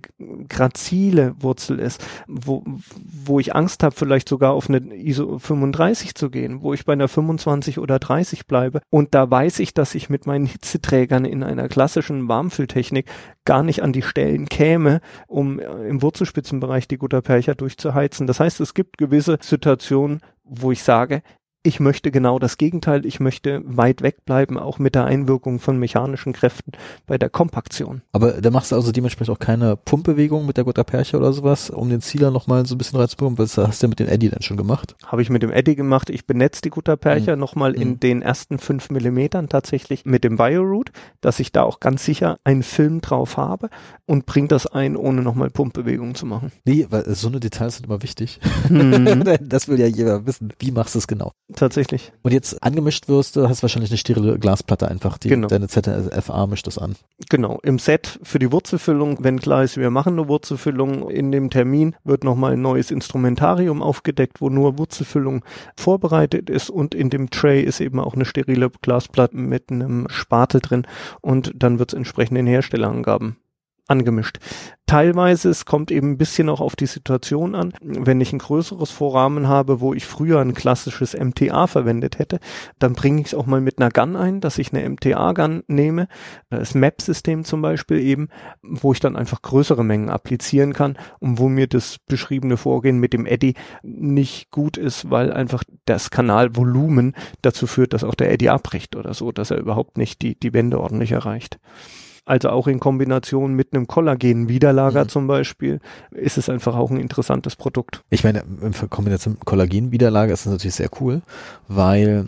grazile Wurzel ist, wo, wo ich Angst habe, vielleicht sogar auf eine I S O fünfunddreißig zu gehen, wo ich bei einer fünfundzwanzig oder dreißig bleibe. Und da weiß ich, dass ich mit meinen Hitzeträgern in einer klassischen Warmfülltechnik gar nicht an die Stellen käme, um im Wurzelspitzenbereich die Gutta-Percha durchzuheizen. Das heißt, es gibt gewisse Situationen, wo ich sage, ich möchte genau das Gegenteil, ich möchte weit weg bleiben, auch mit der Einwirkung von mechanischen Kräften bei der Kompaktion. Aber da machst du also dementsprechend auch keine Pumpbewegung mit der Gutta-Percha oder sowas, um den Sealer nochmal so ein bisschen reinzubekommen, weil das hast du ja mit dem Eddy dann schon gemacht. Habe ich mit dem Eddy gemacht, ich benetze die Gutta-Percha mhm. nochmal in mhm. den ersten fünf Millimetern tatsächlich mit dem Bioroot, dass ich da auch ganz sicher einen Film drauf habe und bringe das ein, ohne nochmal Pumpbewegungen zu machen. Nee, weil so eine Details sind immer wichtig. Mhm. Das will ja jeder wissen. Wie machst du es genau? Tatsächlich. Und jetzt angemischt wirst du, hast wahrscheinlich eine sterile Glasplatte einfach, die genau. deine Z F A mischt das an. Genau, im Set für die Wurzelfüllung, wenn klar ist, wir machen eine Wurzelfüllung, in dem Termin wird nochmal ein neues Instrumentarium aufgedeckt, wo nur Wurzelfüllung vorbereitet ist und in dem Tray ist eben auch eine sterile Glasplatte mit einem Spatel drin und dann wird es entsprechend in Herstellerangaben angemischt. Teilweise, es kommt eben ein bisschen auch auf die Situation an, wenn ich ein größeres Vorrahmen habe, wo ich früher ein klassisches M T A verwendet hätte, dann bringe ich es auch mal mit einer Gun ein, dass ich eine M T A-Gun nehme, das M A P-System zum Beispiel eben, wo ich dann einfach größere Mengen applizieren kann und wo mir das beschriebene Vorgehen mit dem Eddy nicht gut ist, weil einfach das Kanalvolumen dazu führt, dass auch der Eddy abbricht oder so, dass er überhaupt nicht die, die Wände ordentlich erreicht. Also auch in Kombination mit einem Kollagenwiderlager mhm. zum Beispiel, ist es einfach auch ein interessantes Produkt. Ich meine, in Kombination mit Kollagenwiderlager ist das natürlich sehr cool, weil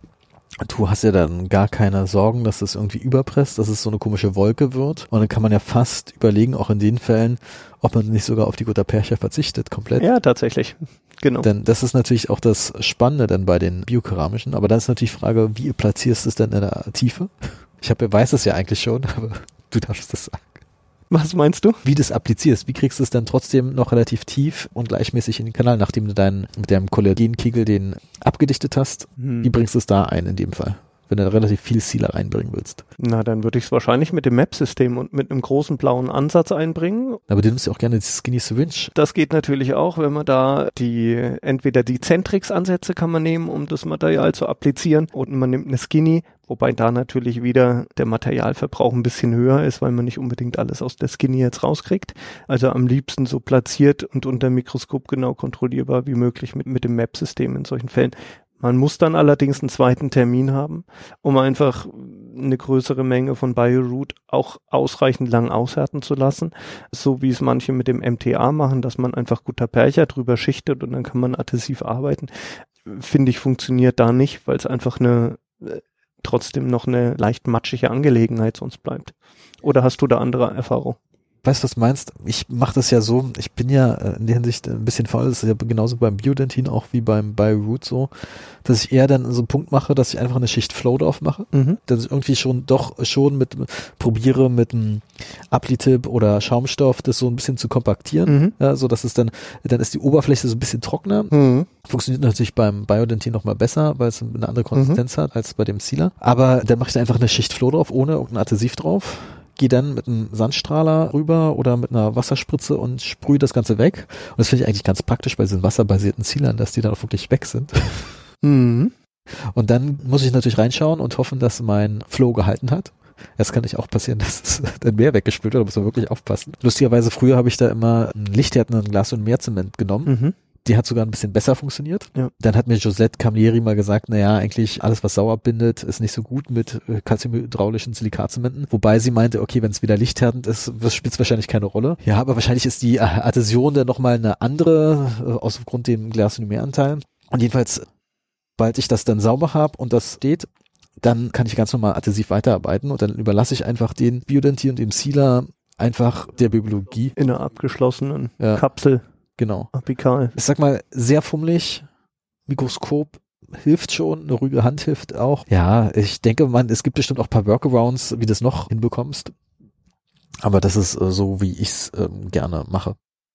du hast ja dann gar keine Sorgen, dass das irgendwie überpresst, dass es so eine komische Wolke wird. Und dann kann man ja fast überlegen, auch in den Fällen, ob man nicht sogar auf die Gutta-Percha verzichtet, komplett. Ja, tatsächlich. Genau. Denn das ist natürlich auch das Spannende dann bei den biokeramischen. Aber dann ist natürlich die Frage, wie platzierst du es denn in der Tiefe? Ich hab, weiß es ja eigentlich schon, aber du darfst das sagen. Was meinst du? Wie du es applizierst. Wie kriegst du es dann trotzdem noch relativ tief und gleichmäßig in den Kanal, nachdem du deinen mit deinem Kollagenkegel den abgedichtet hast? Hm. Wie bringst du es da ein in dem Fall? Wenn du relativ viel Sealer reinbringen willst. Na, dann würde ich es wahrscheinlich mit dem M A P-System und mit einem großen blauen Ansatz einbringen. Aber du nimmst ja auch gerne die Skinny Syringe. Das geht natürlich auch, wenn man da die, entweder die Centrix-Ansätze kann man nehmen, um das Material zu applizieren, und man nimmt eine Skinny, wobei da natürlich wieder der Materialverbrauch ein bisschen höher ist, weil man nicht unbedingt alles aus der Skinny jetzt rauskriegt. Also am liebsten so platziert und unter Mikroskop genau kontrollierbar wie möglich mit, mit dem M A P-System in solchen Fällen. Man muss dann allerdings einen zweiten Termin haben, um einfach eine größere Menge von Bioroot auch ausreichend lang aushärten zu lassen, so wie es manche mit dem M T A machen, dass man einfach Gutta-Percha drüber schichtet und dann kann man adhesiv arbeiten. Finde ich, funktioniert da nicht, weil es einfach eine trotzdem noch eine leicht matschige Angelegenheit sonst bleibt. Oder hast du da andere Erfahrung? Weißt du, was du meinst? Ich mache das ja so, ich bin ja in der Hinsicht ein bisschen faul, das ist ja genauso beim Biodentin auch wie beim Bioroot so, dass ich eher dann so einen Punkt mache, dass ich einfach eine Schicht Flow drauf mache, mhm. dass ich irgendwie schon doch schon mit probiere mit einem Applitip oder Schaumstoff das so ein bisschen zu kompaktieren, mhm. ja, so dass es dann, dann ist die Oberfläche so ein bisschen trockener. Mhm. Funktioniert natürlich beim Biodentin nochmal besser, weil es eine andere Konsistenz mhm. hat als bei dem Sealer. Aber dann mache ich da einfach eine Schicht Flow drauf, ohne irgendein Adhesiv drauf. Gehe dann mit einem Sandstrahler rüber oder mit einer Wasserspritze und sprühe das Ganze weg. Und das finde ich eigentlich ganz praktisch bei diesen wasserbasierten Sealern, dass die dann auch wirklich weg sind. Mhm. Und dann muss ich natürlich reinschauen und hoffen, dass mein Flow gehalten hat. Es kann nicht auch passieren, dass es dann mehr weggespült wird, da muss man wirklich aufpassen. Lustigerweise, früher habe ich da immer einen lichthärtenden Glas und Meerzement genommen. Mhm. Die hat sogar ein bisschen besser funktioniert. Ja. Dann hat mir Josette Camilleri mal gesagt, naja, eigentlich alles, was sauer bindet, ist nicht so gut mit äh, calciumhydraulischen Silikatzementen. Wobei sie meinte, okay, wenn es wieder lichthärtend ist, spielt es wahrscheinlich keine Rolle. Ja, aber wahrscheinlich ist die Adhäsion dann nochmal eine andere, äh, aus Grund dem Glasonymeranteil. Und jedenfalls, sobald ich das dann sauber habe und das steht, dann kann ich ganz normal adhesiv weiterarbeiten und dann überlasse ich einfach den Biodentin und dem Sealer einfach der Biologie. In einer abgeschlossenen ja. Kapsel. Genau. Apikal. Ich sag mal, sehr fummelig. Mikroskop hilft schon, eine ruhige Hand hilft auch. Ja, ich denke, man, es gibt bestimmt auch ein paar Workarounds, wie du das noch hinbekommst. Aber das ist äh, so, wie ich es ähm, gerne mache.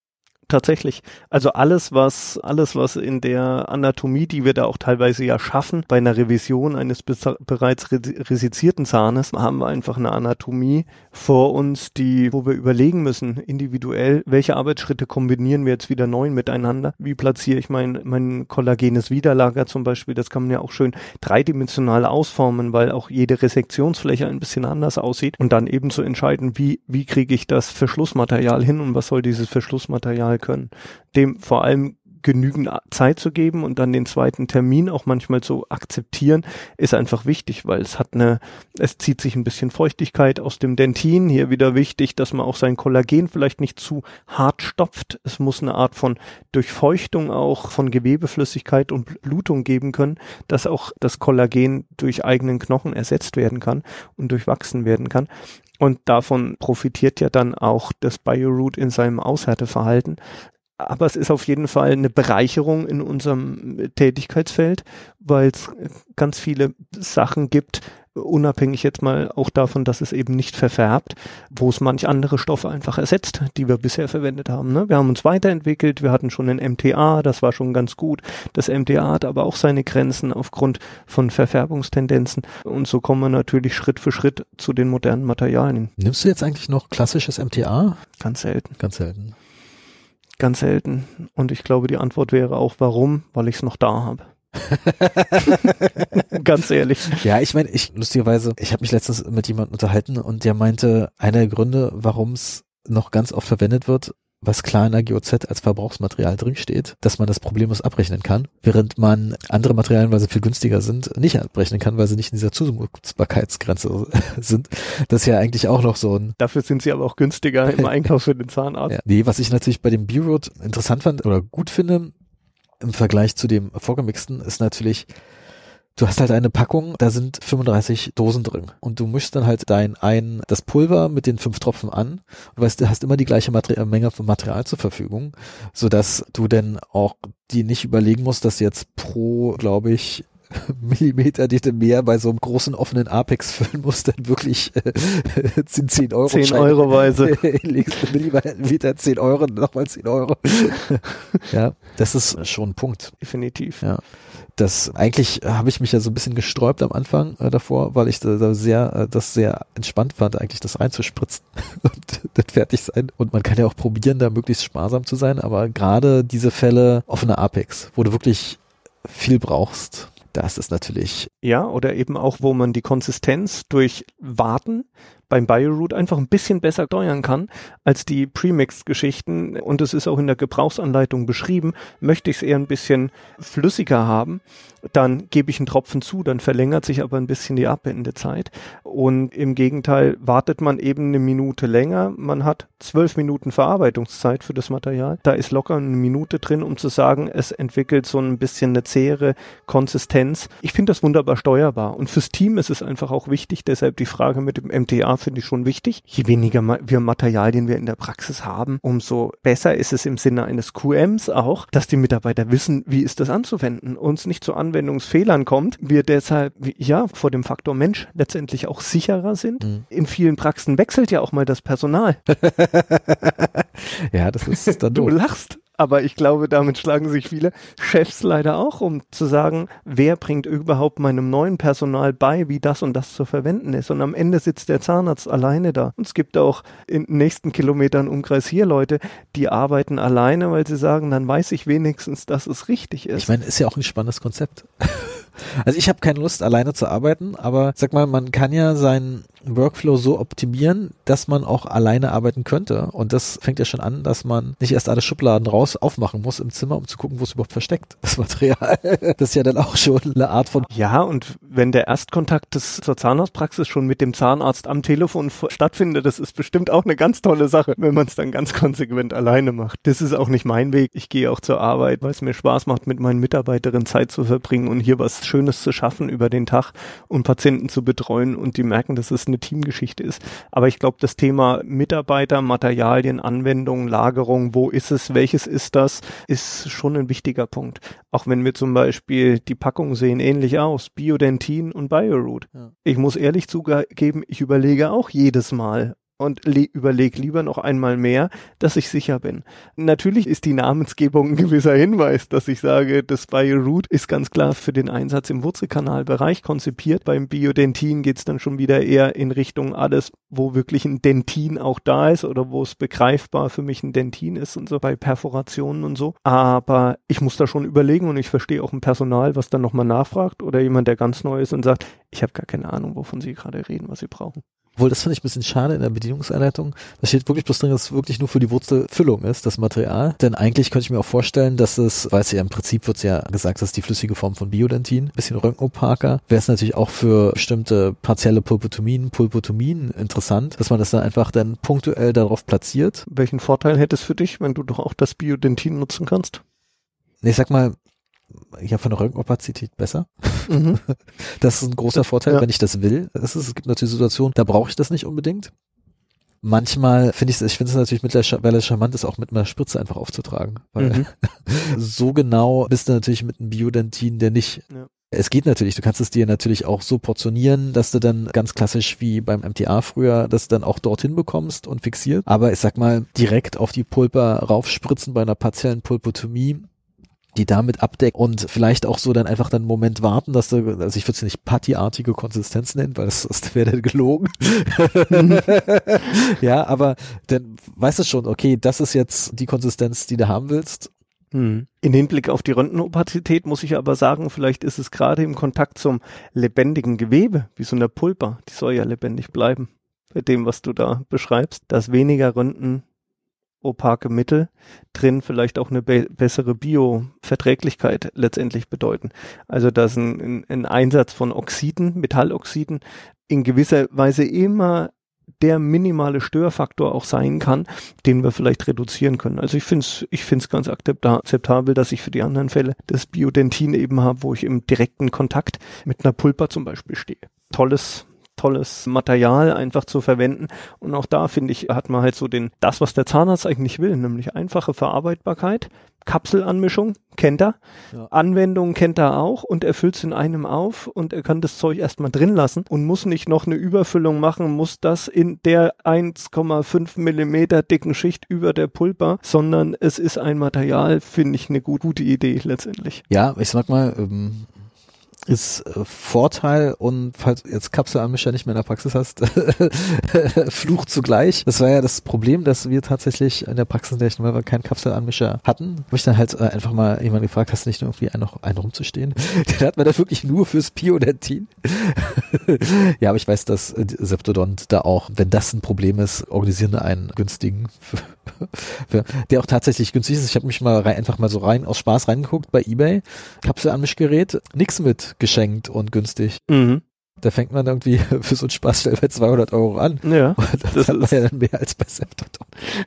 tatsächlich. Also alles, was, alles, was in der Anatomie, die wir da auch teilweise ja schaffen, bei einer Revision eines be- bereits re- resizierten Zahnes, haben wir einfach eine Anatomie vor uns, die, wo wir überlegen müssen, individuell, welche Arbeitsschritte kombinieren wir jetzt wieder neu miteinander? Wie platziere ich mein, mein kollagenes Widerlager zum Beispiel? Das kann man ja auch schön dreidimensional ausformen, weil auch jede Resektionsfläche ein bisschen anders aussieht und dann eben zu entscheiden, wie, wie kriege ich das Verschlussmaterial hin und was soll dieses Verschlussmaterial können? Dem vor allem genügend Zeit zu geben und dann den zweiten Termin auch manchmal zu akzeptieren, ist einfach wichtig, weil es hat eine, es zieht sich ein bisschen Feuchtigkeit aus dem Dentin. Hier wieder wichtig, dass man auch sein Kollagen vielleicht nicht zu hart stopft. Es muss eine Art von Durchfeuchtung auch von Gewebeflüssigkeit und Blutung geben können, dass auch das Kollagen durch eigenen Knochen ersetzt werden kann und durchwachsen werden kann. Und davon profitiert ja dann auch das BioRoot in seinem Aushärteverhalten. Aber es ist auf jeden Fall eine Bereicherung in unserem Tätigkeitsfeld, weil es ganz viele Sachen gibt, unabhängig jetzt mal auch davon, dass es eben nicht verfärbt, wo es manch andere Stoffe einfach ersetzt, die wir bisher verwendet haben. Ne? Wir haben uns weiterentwickelt, wir hatten schon ein M T A, das war schon ganz gut. Das M T A hat aber auch seine Grenzen aufgrund von Verfärbungstendenzen und so kommen wir natürlich Schritt für Schritt zu den modernen Materialien. Nimmst du jetzt eigentlich noch klassisches M T A? Ganz selten. Ganz selten. Ganz selten. Und ich glaube, die Antwort wäre auch, warum? Weil ich es noch da habe. Ganz ehrlich. Ja, ich meine, ich lustigerweise, ich habe mich letztens mit jemandem unterhalten und der meinte, einer der Gründe, warum es noch ganz oft verwendet wird, was klar in der G O Z als Verbrauchsmaterial drinsteht, dass man das problemlos abrechnen kann, während man andere Materialien, weil sie viel günstiger sind, nicht abrechnen kann, weil sie nicht in dieser Zumutzbarkeitsgrenze sind. Das ist ja eigentlich auch noch so ein... Dafür sind sie aber auch günstiger im Einkauf für den Zahnarzt. Ja. Nee, was ich natürlich bei dem BioRoot interessant fand oder gut finde, im Vergleich zu dem vorgemixten, ist natürlich, du hast halt eine Packung, da sind fünfunddreißig Dosen drin und du mischst dann halt dein ein, das Pulver mit den fünf Tropfen an und weißt, du hast immer die gleiche Materi- Menge von Material zur Verfügung, sodass du dann auch die nicht überlegen musst, dass jetzt pro, glaube ich, Millimeter, die du mehr bei so einem großen offenen Apex füllen musst, dann wirklich äh, zehn Euro zehn Euro weise. legst du Millimeter zehn Euro, nochmal zehn Euro. Ja, das ist schon ein Punkt. Definitiv. Ja. Das, eigentlich habe ich mich ja so ein bisschen gesträubt am Anfang äh, davor, weil ich da, da sehr, äh, das sehr entspannt fand, eigentlich das reinzuspritzen und dann fertig sein. Und man kann ja auch probieren, da möglichst sparsam zu sein, aber gerade diese Fälle offener Apex, wo du wirklich viel brauchst, da ist es natürlich. Ja, oder eben auch, wo man die Konsistenz durch Warten beim BioRoot einfach ein bisschen besser steuern kann als die Premixed-Geschichten. Und es ist auch in der Gebrauchsanleitung beschrieben, möchte ich es eher ein bisschen flüssiger haben, dann gebe ich einen Tropfen zu, dann verlängert sich aber ein bisschen die Abwendezeit. Und im Gegenteil wartet man eben eine Minute länger. Man hat zwölf Minuten Verarbeitungszeit für das Material. Da ist locker eine Minute drin, um zu sagen, es entwickelt so ein bisschen eine zähere Konsistenz. Ich finde das wunderbar steuerbar. Und fürs Team ist es einfach auch wichtig, deshalb die Frage mit dem M T A finde ich schon wichtig. Je weniger ma- wir Materialien wir in der Praxis haben, umso besser ist es im Sinne eines Q Ms auch, dass die Mitarbeiter wissen, wie ist das anzuwenden, uns nicht zu Anwendungsfehlern kommt, wir deshalb ja vor dem Faktor Mensch letztendlich auch sicherer sind. Mhm. In vielen Praxen wechselt ja auch mal das Personal. Ja, das ist dann doof. Du lachst. Aber ich glaube, damit schlagen sich viele Chefs leider auch, um zu sagen, wer bringt überhaupt meinem neuen Personal bei, wie das und das zu verwenden ist. Und am Ende sitzt der Zahnarzt alleine da. Und es gibt auch in den nächsten Kilometern Umkreis hier Leute, die arbeiten alleine, weil sie sagen, dann weiß ich wenigstens, dass es richtig ist. Ich meine, ist ja auch ein spannendes Konzept. Also ich habe keine Lust, alleine zu arbeiten, aber sag mal, man kann ja seinen Workflow so optimieren, dass man auch alleine arbeiten könnte. Und das fängt ja schon an, dass man nicht erst alle Schubladen raus aufmachen muss im Zimmer, um zu gucken, wo es überhaupt versteckt, das Material. Das ist ja dann auch schon eine Art von... Ja, und wenn der Erstkontakt des, zur Zahnarztpraxis schon mit dem Zahnarzt am Telefon stattfindet, das ist bestimmt auch eine ganz tolle Sache, wenn man es dann ganz konsequent alleine macht. Das ist auch nicht mein Weg. Ich gehe auch zur Arbeit, weil es mir Spaß macht, mit meinen Mitarbeiterinnen Zeit zu verbringen und hier was Schönes zu schaffen über den Tag und Patienten zu betreuen und die merken, dass es eine Teamgeschichte ist. Aber ich glaube, das Thema Mitarbeiter, Materialien, Anwendungen, Lagerung, wo ist es, welches ist das, ist schon ein wichtiger Punkt. Auch wenn wir zum Beispiel die Packungen sehen ähnlich aus, Biodentin und BioRoot. Ja. Ich muss ehrlich zugeben, ich überlege auch jedes Mal, und le- überleg lieber noch einmal mehr, dass ich sicher bin. Natürlich ist die Namensgebung ein gewisser Hinweis, dass ich sage, das BioRoot ist ganz klar für den Einsatz im Wurzelkanalbereich konzipiert. Beim Biodentin geht's dann schon wieder eher in Richtung alles, wo wirklich ein Dentin auch da ist oder wo es begreifbar für mich ein Dentin ist und so, bei Perforationen und so. Aber ich muss da schon überlegen und ich verstehe auch ein Personal, was dann nochmal nachfragt oder jemand, der ganz neu ist und sagt, ich habe gar keine Ahnung, wovon Sie gerade reden, was Sie brauchen. Obwohl, das finde ich ein bisschen schade in der Bedienungsanleitung. Da steht wirklich bloß drin, dass es wirklich nur für die Wurzelfüllung ist, das Material. Denn eigentlich könnte ich mir auch vorstellen, dass es, weil es ja im Prinzip wird ja gesagt, das ist die flüssige Form von Biodentin, ein bisschen röntgenopaker, wäre es natürlich auch für bestimmte partielle Pulpotomien, Pulpotomien interessant, dass man das dann einfach dann punktuell darauf platziert. Welchen Vorteil hätte es für dich, wenn du doch auch das Biodentin nutzen kannst? Nee, ich sag mal, ja, von der Röntgenopazität besser. Mhm. Das ist ein großer Vorteil, ja. Wenn ich das will. Es, ist, es gibt natürlich Situationen, da brauche ich das nicht unbedingt. Manchmal finde ich es, ich finde es natürlich mittlerweile charmant, es auch mit einer Spritze einfach aufzutragen. Weil mhm. so genau bist du natürlich mit einem Biodentin, der nicht. Ja. Es geht natürlich, du kannst es dir natürlich auch so portionieren, dass du dann ganz klassisch wie beim M T A früher das dann auch dorthin bekommst und fixiert. Aber ich sag mal, direkt auf die Pulpa raufspritzen bei einer partiellen Pulpotomie, die damit abdeckt und vielleicht auch so dann einfach dann einen Moment warten, dass du, also ich würde es nicht Patty-artige Konsistenz nennen, weil das, das wäre dann gelogen. Ja, aber dann weißt du schon, okay, das ist jetzt die Konsistenz, die du haben willst. Hm. In Hinblick auf die Röntgenopazität muss ich aber sagen, vielleicht ist es gerade im Kontakt zum lebendigen Gewebe, wie so eine Pulpa, die soll ja lebendig bleiben, bei dem, was du da beschreibst, dass weniger Röntgen opake Mittel drin vielleicht auch eine be- bessere Bioverträglichkeit letztendlich bedeuten. Also dass ein, ein Einsatz von Oxiden, Metalloxiden in gewisser Weise immer der minimale Störfaktor auch sein kann, den wir vielleicht reduzieren können. Also ich finde es ich finde es ganz akzeptabel, dass ich für die anderen Fälle das Biodentin eben habe, wo ich im direkten Kontakt mit einer Pulpa zum Beispiel stehe. Tolles tolles Material einfach zu verwenden. Und auch da, finde ich, hat man halt so den, das, was der Zahnarzt eigentlich will, nämlich einfache Verarbeitbarkeit, Kapselanmischung, kennt er, ja. Anwendungen kennt er auch und er füllt es in einem auf und er kann das Zeug erstmal drin lassen und muss nicht noch eine Überfüllung machen, muss das in der eins Komma fünf Millimeter dicken Schicht über der Pulpa, sondern es ist ein Material, finde ich, eine gut, gute Idee letztendlich. Ja, ich sag mal, ähm ist äh, Vorteil und falls jetzt Kapselanmischer nicht mehr in der Praxis hast, Fluch zugleich. Das war ja das Problem, dass wir tatsächlich in der Praxis, in der ich normal keinen Kapselanmischer hatten, habe ich dann halt äh, einfach mal jemand gefragt, hast du nicht irgendwie einen, noch einen rumzustehen? Den hat man da wirklich nur fürs Biodentin. Ja, aber ich weiß, dass äh, Septodont da auch, wenn das ein Problem ist, organisieren einen günstigen, für, für, der auch tatsächlich günstig ist. Ich habe mich mal rein, einfach mal so rein aus Spaß reingeguckt bei eBay, Kapselanmischgerät, nix mit geschenkt und günstig. Mhm. Da fängt man irgendwie für so einen Spaß bei zweihundert Euro an. Ja. Und das, das hat man ja dann mehr als bei Septodont.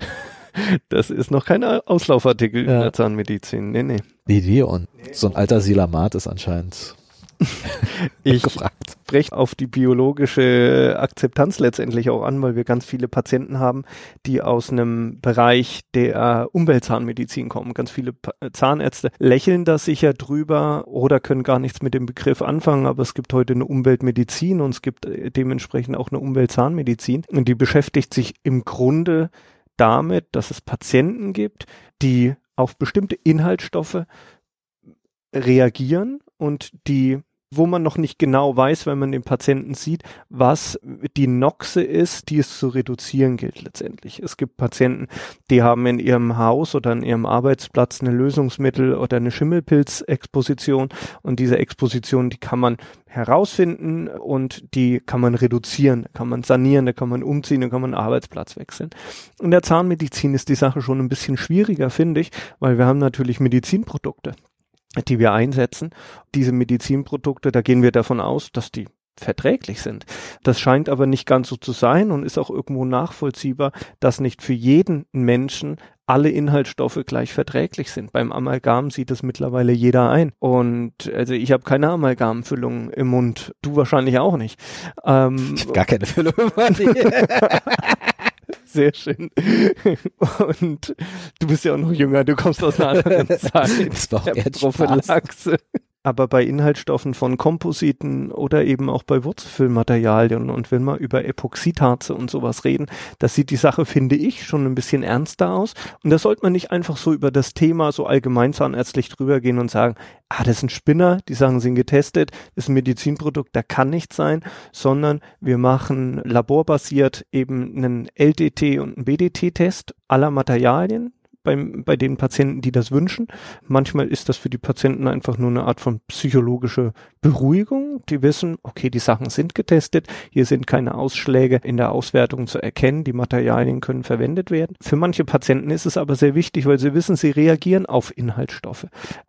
Das ist noch kein Auslaufartikel ja. in der Zahnmedizin. Nee, nee. Nee, nee, und so ein alter Silamat ist anscheinend ich spreche auf die biologische Akzeptanz letztendlich auch an, weil wir ganz viele Patienten haben, die aus einem Bereich der Umweltzahnmedizin kommen. Ganz viele Zahnärzte lächeln da sicher drüber oder können gar nichts mit dem Begriff anfangen, aber es gibt heute eine Umweltmedizin und es gibt dementsprechend auch eine Umweltzahnmedizin und die beschäftigt sich im Grunde damit, dass es Patienten gibt, die auf bestimmte Inhaltsstoffe reagieren und die, wo man noch nicht genau weiß, wenn man den Patienten sieht, was die Noxe ist, die es zu reduzieren gilt letztendlich. Es gibt Patienten, die haben in ihrem Haus oder an ihrem Arbeitsplatz eine Lösungsmittel oder eine Schimmelpilzexposition und diese Exposition, die kann man herausfinden und die kann man reduzieren, da kann man sanieren, da kann man umziehen, da kann man einen Arbeitsplatz wechseln. In der Zahnmedizin ist die Sache schon ein bisschen schwieriger, finde ich, weil wir haben natürlich Medizinprodukte, die wir einsetzen. Diese Medizinprodukte, da gehen wir davon aus, dass die verträglich sind. Das scheint aber nicht ganz so zu sein und ist auch irgendwo nachvollziehbar, dass nicht für jeden Menschen alle Inhaltsstoffe gleich verträglich sind. Beim Amalgam sieht es mittlerweile jeder ein. Und also ich habe keine Amalgamfüllung im Mund. Du wahrscheinlich auch nicht. Ähm, ich habe gar keine Füllung im Mund. Sehr schön. Und du bist ja auch noch jünger, du kommst aus einer anderen Zeit. Das war auch eher Prophylaxe. aber bei Inhaltsstoffen von Kompositen oder eben auch bei Wurzelfüllmaterialien und wenn wir über Epoxidharze und sowas reden, das sieht die Sache, finde ich, schon ein bisschen ernster aus und da sollte man nicht einfach so über das Thema so allgemein zahnärztlich drüber gehen und sagen, ah, das ist ein Spinner, die sagen, sie sind getestet, das ist ein Medizinprodukt, da kann nichts sein, sondern wir machen laborbasiert eben einen L D T und einen B D T-Test aller Materialien, Beim, bei den Patienten, die das wünschen. Manchmal ist das für die Patienten einfach nur eine Art von psychologische Beruhigung. Die wissen, okay, die Sachen sind getestet, hier sind keine Ausschläge in der Auswertung zu erkennen, die Materialien können verwendet werden. Für manche Patienten ist es aber sehr wichtig, weil sie wissen, sie reagieren auf Inhaltsstoffe.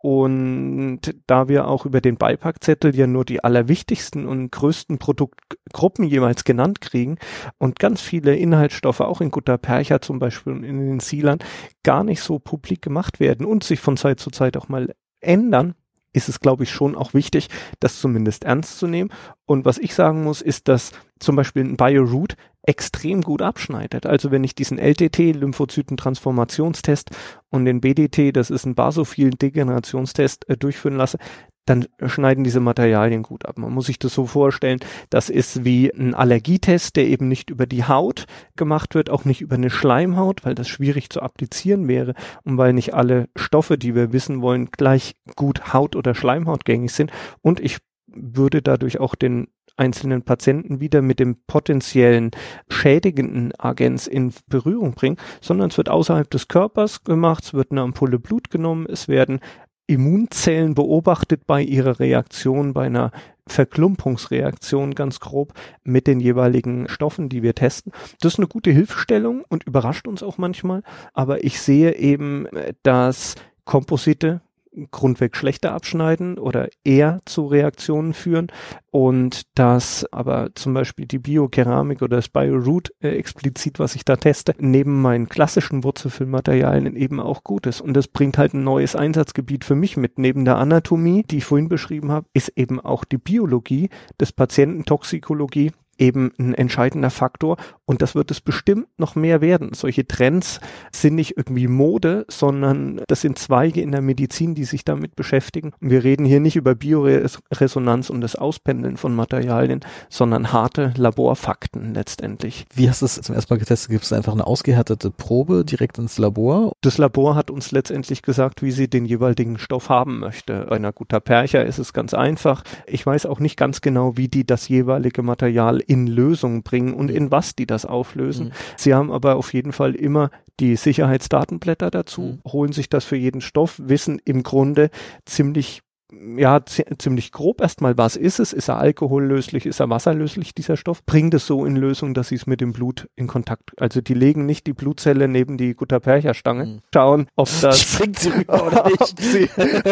Und da wir auch über den Beipackzettel ja nur die allerwichtigsten und größten Produktgruppen jeweils genannt kriegen und ganz viele Inhaltsstoffe, auch in Gutta-Percha zum Beispiel und in den Sealern, gar nicht so publik gemacht werden und sich von Zeit zu Zeit auch mal ändern, ist es, glaube ich, schon auch wichtig, das zumindest ernst zu nehmen. Und was ich sagen muss, ist, dass zum Beispiel ein BioRoot extrem gut abschneidet. Also wenn ich diesen L T T, Lymphozyten-Transformationstest und den B D T, das ist ein Basophilen-Degenerationstest, äh, durchführen lasse, dann schneiden diese Materialien gut ab. Man muss sich das so vorstellen, das ist wie ein Allergietest, der eben nicht über die Haut gemacht wird, auch nicht über eine Schleimhaut, weil das schwierig zu applizieren wäre und weil nicht alle Stoffe, die wir wissen wollen, gleich gut haut- oder schleimhautgängig sind. Und ich würde dadurch auch den einzelnen Patienten wieder mit dem potenziellen schädigenden Agens in Berührung bringen, sondern es wird außerhalb des Körpers gemacht, es wird eine Ampulle Blut genommen, es werden Immunzellen beobachtet bei ihrer Reaktion, bei einer Verklumpungsreaktion ganz grob mit den jeweiligen Stoffen, die wir testen. Das ist eine gute Hilfestellung und überrascht uns auch manchmal, aber ich sehe eben, dass Komposite grundweg schlechter abschneiden oder eher zu Reaktionen führen und dass aber zum Beispiel die Biokeramik oder das BioRoot äh, explizit, was ich da teste, neben meinen klassischen Wurzelfüllmaterialien eben auch gut ist und das bringt halt ein neues Einsatzgebiet für mich mit. Neben der Anatomie, die ich vorhin beschrieben habe, ist eben auch die Biologie des Patienten, Toxikologie eben ein entscheidender Faktor und das wird es bestimmt noch mehr werden. Solche Trends sind nicht irgendwie Mode, sondern das sind Zweige in der Medizin, die sich damit beschäftigen. Und wir reden hier nicht über Bioresonanz und das Auspendeln von Materialien, sondern harte Laborfakten letztendlich. Wie hast du es zum ersten Mal getestet? Gibt es einfach eine ausgehärtete Probe direkt ins Labor? Das Labor hat uns letztendlich gesagt, wie sie den jeweiligen Stoff haben möchte. Bei einer Gutta-Percha ist es ganz einfach. Ich weiß auch nicht ganz genau, wie die das jeweilige Material in Lösung bringen und in was die das auflösen. Mhm. Sie haben aber auf jeden Fall immer die Sicherheitsdatenblätter dazu, mhm. holen sich das für jeden Stoff, wissen im Grunde ziemlich ja, z- ziemlich grob erstmal, was ist es? Ist er alkohollöslich? Ist er wasserlöslich, dieser Stoff? Bringt es so in Lösung, dass sie es mit dem Blut in Kontakt, also die legen nicht die Blutzelle neben die Gutta-Percha-Stange, mhm. schauen, ob das springt sie rüber oder nicht, sie,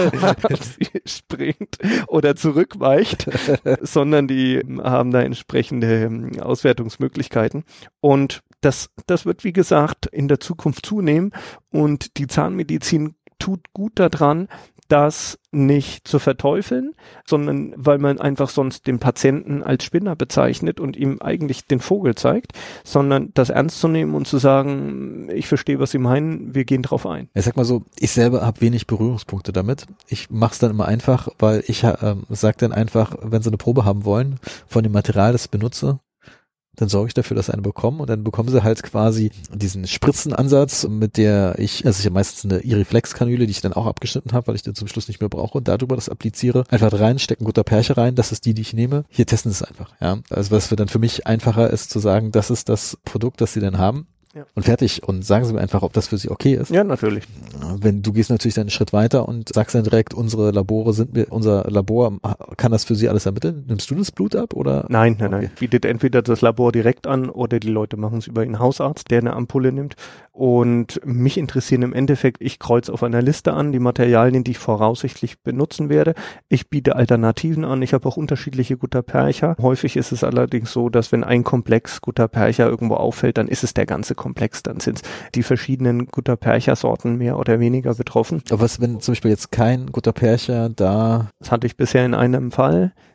sie springt oder zurückweicht, sondern die haben da entsprechende Auswertungsmöglichkeiten und das, das wird, wie gesagt, in der Zukunft zunehmen und die Zahnmedizin tut gut daran, das nicht zu verteufeln, sondern weil man einfach sonst den Patienten als Spinner bezeichnet und ihm eigentlich den Vogel zeigt, sondern das ernst zu nehmen und zu sagen, ich verstehe, was Sie meinen, wir gehen drauf ein. Ich sag mal so, ich selber habe wenig Berührungspunkte damit. Ich mache es dann immer einfach, weil ich äh, sage dann einfach, wenn Sie eine Probe haben wollen von dem Material, das ich benutze, dann sorge ich dafür, dass sie eine bekommen und dann bekommen sie halt quasi diesen Spritzenansatz, mit der ich, also ich habe meistens eine Iriflex-Kanüle, die ich dann auch abgeschnitten habe, weil ich den zum Schluss nicht mehr brauche und darüber das appliziere. Einfach rein, stecken Gutta-Percha rein, das ist die, die ich nehme. Hier testen sie es einfach, ja. Also was für dann für mich einfacher ist zu sagen, das ist das Produkt, das sie dann haben. Ja. Und fertig. Und sagen Sie mir einfach, ob das für Sie okay ist. Ja, natürlich. Wenn du gehst natürlich dann einen Schritt weiter und sagst dann direkt, unsere Labore sind wir, unser Labor kann das für Sie alles ermitteln. Nimmst du das Blut ab oder? Nein, nein, okay. nein. Bietet entweder das Labor direkt an oder die Leute machen es über einen Hausarzt, der eine Ampulle nimmt. Und mich interessieren im Endeffekt, ich kreuze auf einer Liste an, die Materialien, die ich voraussichtlich benutzen werde. Ich biete Alternativen an. Ich habe auch unterschiedliche Gutta-Percha. Häufig ist es allerdings so, dass wenn ein Komplex Gutta-Percha irgendwo auffällt, dann ist es der ganze Komplex. Dann sind die verschiedenen Gutta-Percha-Sorten mehr oder weniger betroffen. Aber was, wenn zum Beispiel jetzt kein Gutta-Percha da... Das hatte ich bisher in einem Fall.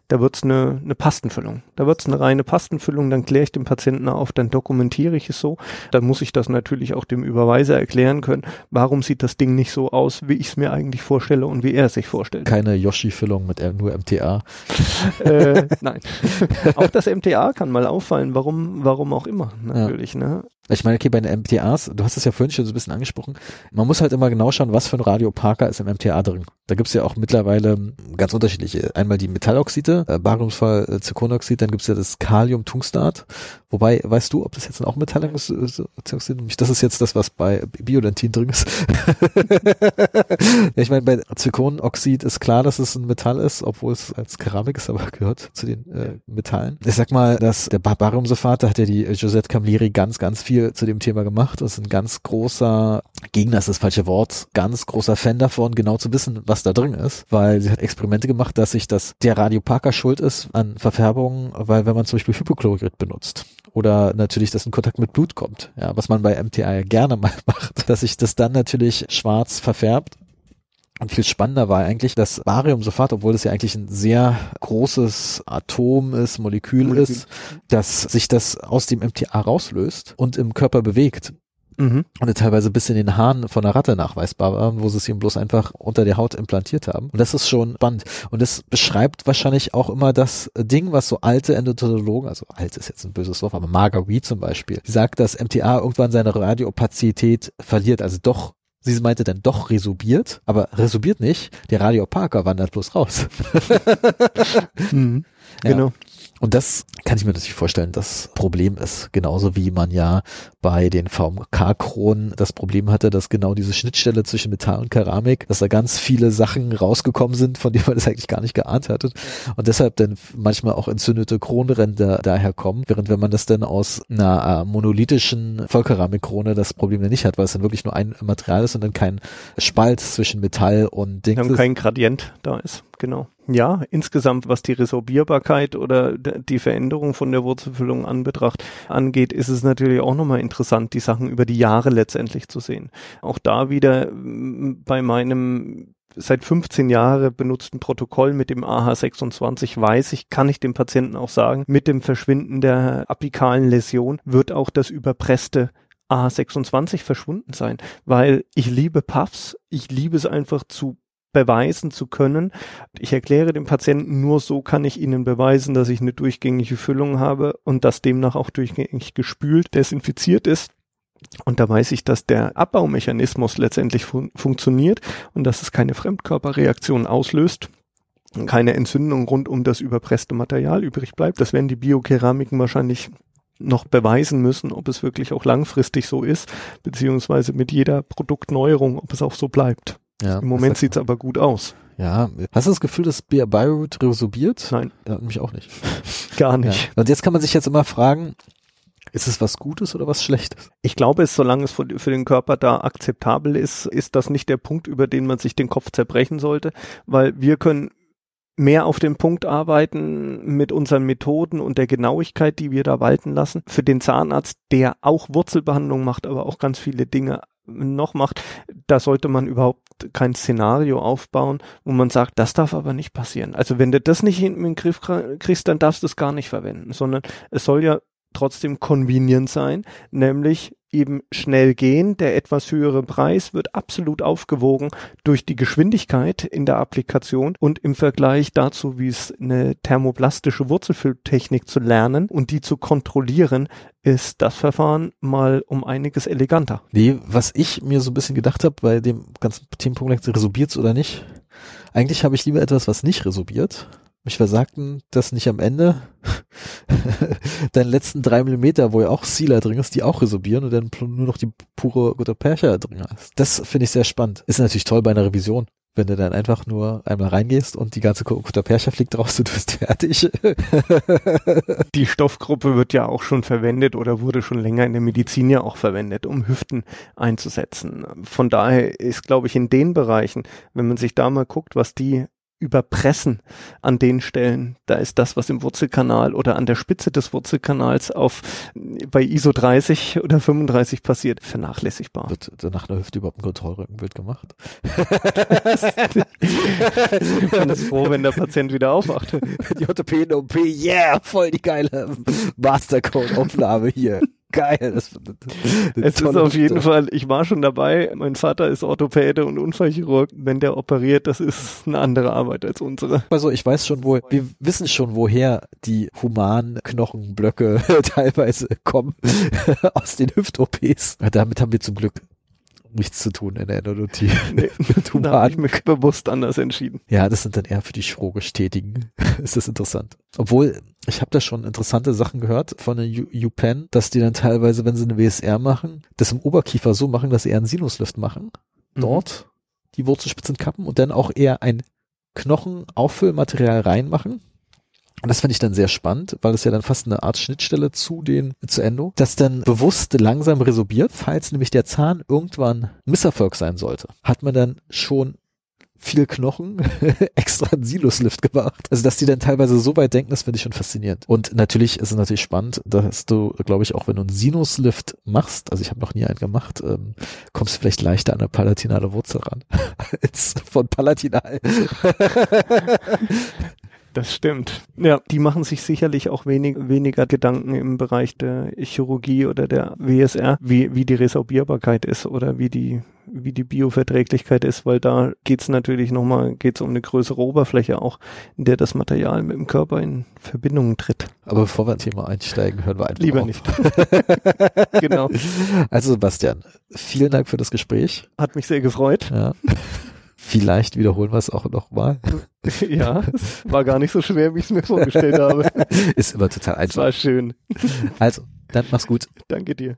da wird's eine, eine Pastenfüllung. Da wird's eine reine Pastenfüllung, dann kläre ich dem Patienten auf, dann dokumentiere ich es so. Dann muss ich das natürlich auch dem Überweiser erklären können, warum sieht das Ding nicht so aus, wie ich es mir eigentlich vorstelle und wie er es sich vorstellt. Keine Yoshi-Füllung mit nur M T A. äh, nein. Auch das M T A kann mal auffallen, warum, warum auch immer, natürlich, ja. ne? Ich meine, okay, bei den M T As, du hast es ja vorhin schon so ein bisschen angesprochen, man muss halt immer genau schauen, was für ein Radioparker ist im M T A drin. Da gibt's ja auch mittlerweile ganz unterschiedliche. Einmal die Metalloxide, äh, Bariumschwall, äh, Zirkonoxid, dann gibt's ja das Kalium-Tungstat. Wobei, weißt du, ob das jetzt auch Metalloxid ist? Das ist jetzt das, was bei Biodentin drin ist. Ja, ich meine, bei Zirkonoxid ist klar, dass es ein Metall ist, obwohl es als Keramik ist, aber gehört zu den äh, Metallen. Ich sag mal, dass der Bariumsulfat, da hat ja die Josette Camilleri ganz, ganz viel zu dem Thema gemacht. Das ist ein ganz großer Gegner, ist das falsche Wort, ganz großer Fan davon, genau zu wissen, was da drin ist, weil sie hat Experimente gemacht, dass sich das der Radioparker schuld ist an Verfärbungen, weil wenn man zum Beispiel Hypochlorid benutzt oder natürlich das in Kontakt mit Blut kommt, ja, was man bei M T A ja gerne mal macht, dass sich das dann natürlich schwarz verfärbt. Und viel spannender war eigentlich, dass Bariumsulfat, obwohl das ja eigentlich ein sehr großes Atom ist, Molekül, Molekül. ist, dass sich das aus dem M T A rauslöst und im Körper bewegt. Mhm. Und teilweise bis in den Haaren von der Ratte nachweisbar war, wo sie es ihm bloß einfach unter der Haut implantiert haben. Und das ist schon spannend. Und das beschreibt wahrscheinlich auch immer das Ding, was so alte Endokrnologen, also alt ist jetzt ein böses Wort, aber Marguerite zum Beispiel, die sagt, dass M T A irgendwann seine Radioopazität verliert, also doch. Sie meinte dann doch resorbiert, aber resorbiert nicht. Der Radioparker wandert bloß raus. mhm. Ja. Genau. Und das kann ich mir natürlich vorstellen, das Problem ist. Genauso wie man ja bei den V M K-Kronen das Problem hatte, dass genau diese Schnittstelle zwischen Metall und Keramik, dass da ganz viele Sachen rausgekommen sind, von denen man das eigentlich gar nicht geahnt hatte. Und deshalb dann manchmal auch entzündete Kronränder daher kommen. Während wenn man das dann aus einer monolithischen Vollkeramikkrone das Problem dann nicht hat, weil es dann wirklich nur ein Material ist und dann kein Spalt zwischen Metall und Ding. Dann kein Gradient da ist, genau. Ja, insgesamt, was die Resorbierbarkeit oder die Veränderung von der Wurzelfüllung anbetracht, angeht, ist es natürlich auch nochmal interessant, die Sachen über die Jahre letztendlich zu sehen. Auch da wieder bei meinem seit fünfzehn Jahren benutzten Protokoll mit dem A H sechsundzwanzig weiß ich, kann ich dem Patienten auch sagen, mit dem Verschwinden der apikalen Läsion wird auch das überpresste A H sechsundzwanzig verschwunden sein, weil ich liebe Puffs, ich liebe es einfach zu beweisen zu können. Ich erkläre dem Patienten, nur so kann ich Ihnen beweisen, dass ich eine durchgängige Füllung habe und dass demnach auch durchgängig gespült, desinfiziert ist. Und da weiß ich, dass der Abbaumechanismus letztendlich fun- funktioniert und dass es keine Fremdkörperreaktion auslöst. Keine Entzündung rund um das überpresste Material übrig bleibt. Das werden die Biokeramiken wahrscheinlich noch beweisen müssen, ob es wirklich auch langfristig so ist, beziehungsweise mit jeder Produktneuerung, ob es auch so bleibt. Ja, im Moment sieht es aber gut aus. Ja, hast du das Gefühl, dass Bioroot resorbiert? Nein. Ja, mich auch nicht. Gar nicht. Ja. Und jetzt kann man sich jetzt immer fragen, ist es was Gutes oder was Schlechtes? Ich glaube, es, solange es für, für den Körper da akzeptabel ist, ist das nicht der Punkt, über den man sich den Kopf zerbrechen sollte, weil wir können mehr auf den Punkt arbeiten mit unseren Methoden und der Genauigkeit, die wir da walten lassen. Für den Zahnarzt, der auch Wurzelbehandlung macht, aber auch ganz viele Dinge noch macht, da sollte man überhaupt kein Szenario aufbauen, wo man sagt, das darf aber nicht passieren. Also wenn du das nicht hinten in den Griff kriegst, dann darfst du es gar nicht verwenden, sondern es soll ja trotzdem convenient sein, nämlich eben schnell gehen. Der etwas höhere Preis wird absolut aufgewogen durch die Geschwindigkeit in der Applikation und im Vergleich dazu, wie es eine thermoplastische Wurzelfülltechnik zu lernen und die zu kontrollieren, ist das Verfahren mal um einiges eleganter. Nee, was ich mir so ein bisschen gedacht habe bei dem ganzen Themenpunkt, resorbiert oder nicht, eigentlich habe ich lieber etwas, was nicht resorbiert. Mich versagten das nicht am Ende deinen letzten drei Millimeter, wo ja auch Sealer drin ist, die auch resorbieren und dann nur noch die pure Gutta Percha drin hast. Das finde ich sehr spannend. Ist natürlich toll bei einer Revision, wenn du dann einfach nur einmal reingehst und die ganze Gutta Percha fliegt raus und du bist fertig. Die Stoffgruppe wird ja auch schon verwendet oder wurde schon länger in der Medizin ja auch verwendet, um Hüften einzusetzen. Von daher ist, glaube ich, in den Bereichen, wenn man sich da mal guckt, was die überpressen an den Stellen. Da ist das, was im Wurzelkanal oder an der Spitze des Wurzelkanals auf bei I S O dreißig oder fünfunddreißig passiert, vernachlässigbar. Wird nach einer Hüfte überhaupt ein Kontrollrückenbild gemacht? Man ist froh, wenn der Patient wieder aufwacht. Die Orthopäden O P, yeah, voll die geile Mastercode-Aufnahme hier. Geil. Das, das, das es ist auf jeden Fall, ich war schon dabei, mein Vater ist Orthopäde und Unfallchirurg. Wenn der operiert, das ist eine andere Arbeit als unsere. Also ich weiß schon, wo, wir wissen schon, woher die humanen Knochenblöcke teilweise kommen aus den Hüft-O Ps. Damit haben wir zum Glück nichts zu tun in der Endodontie. Nee, da habe ich mich bewusst anders entschieden. Ja, das sind dann eher für die chirurgisch Tätigen. Es ist interessant. Obwohl, ich habe da schon interessante Sachen gehört von der UPenn, dass die dann teilweise, wenn sie eine W S R machen, das im Oberkiefer so machen, dass sie eher einen Sinuslift machen. Mhm. Dort die Wurzelspitzen kappen und dann auch eher ein Knochenauffüllmaterial reinmachen. Und das fand ich dann sehr spannend, weil es ja dann fast eine Art Schnittstelle zu den, zu Endo, das dann bewusst langsam resorbiert, falls nämlich der Zahn irgendwann Misserfolg sein sollte, hat man dann schon viel Knochen extra einen Sinuslift gemacht. Also, dass die dann teilweise so weit denken, das finde ich schon faszinierend. Und natürlich ist es natürlich spannend, dass du, glaube ich, auch wenn du einen Sinuslift machst, also ich habe noch nie einen gemacht, ähm, kommst du vielleicht leichter an eine palatinale Wurzel ran, als von palatinal. Das stimmt. Ja, die machen sich sicherlich auch wenig, weniger Gedanken im Bereich der Chirurgie oder der W S R, wie, wie die Resorbierbarkeit ist oder wie die, wie die Bioverträglichkeit ist, weil da geht's natürlich nochmal, geht's um eine größere Oberfläche auch, in der das Material mit dem Körper in Verbindung tritt. Aber bevor wir ins Thema einsteigen, hören wir einfach Lieber auf. nicht. Genau. Also Sebastian, vielen Dank für das Gespräch. Hat mich sehr gefreut. Ja. Vielleicht wiederholen wir es auch nochmal. Ja, es war gar nicht so schwer, wie ich es mir vorgestellt habe. Ist immer total einfach. War schön. Also, dann mach's gut. Danke dir.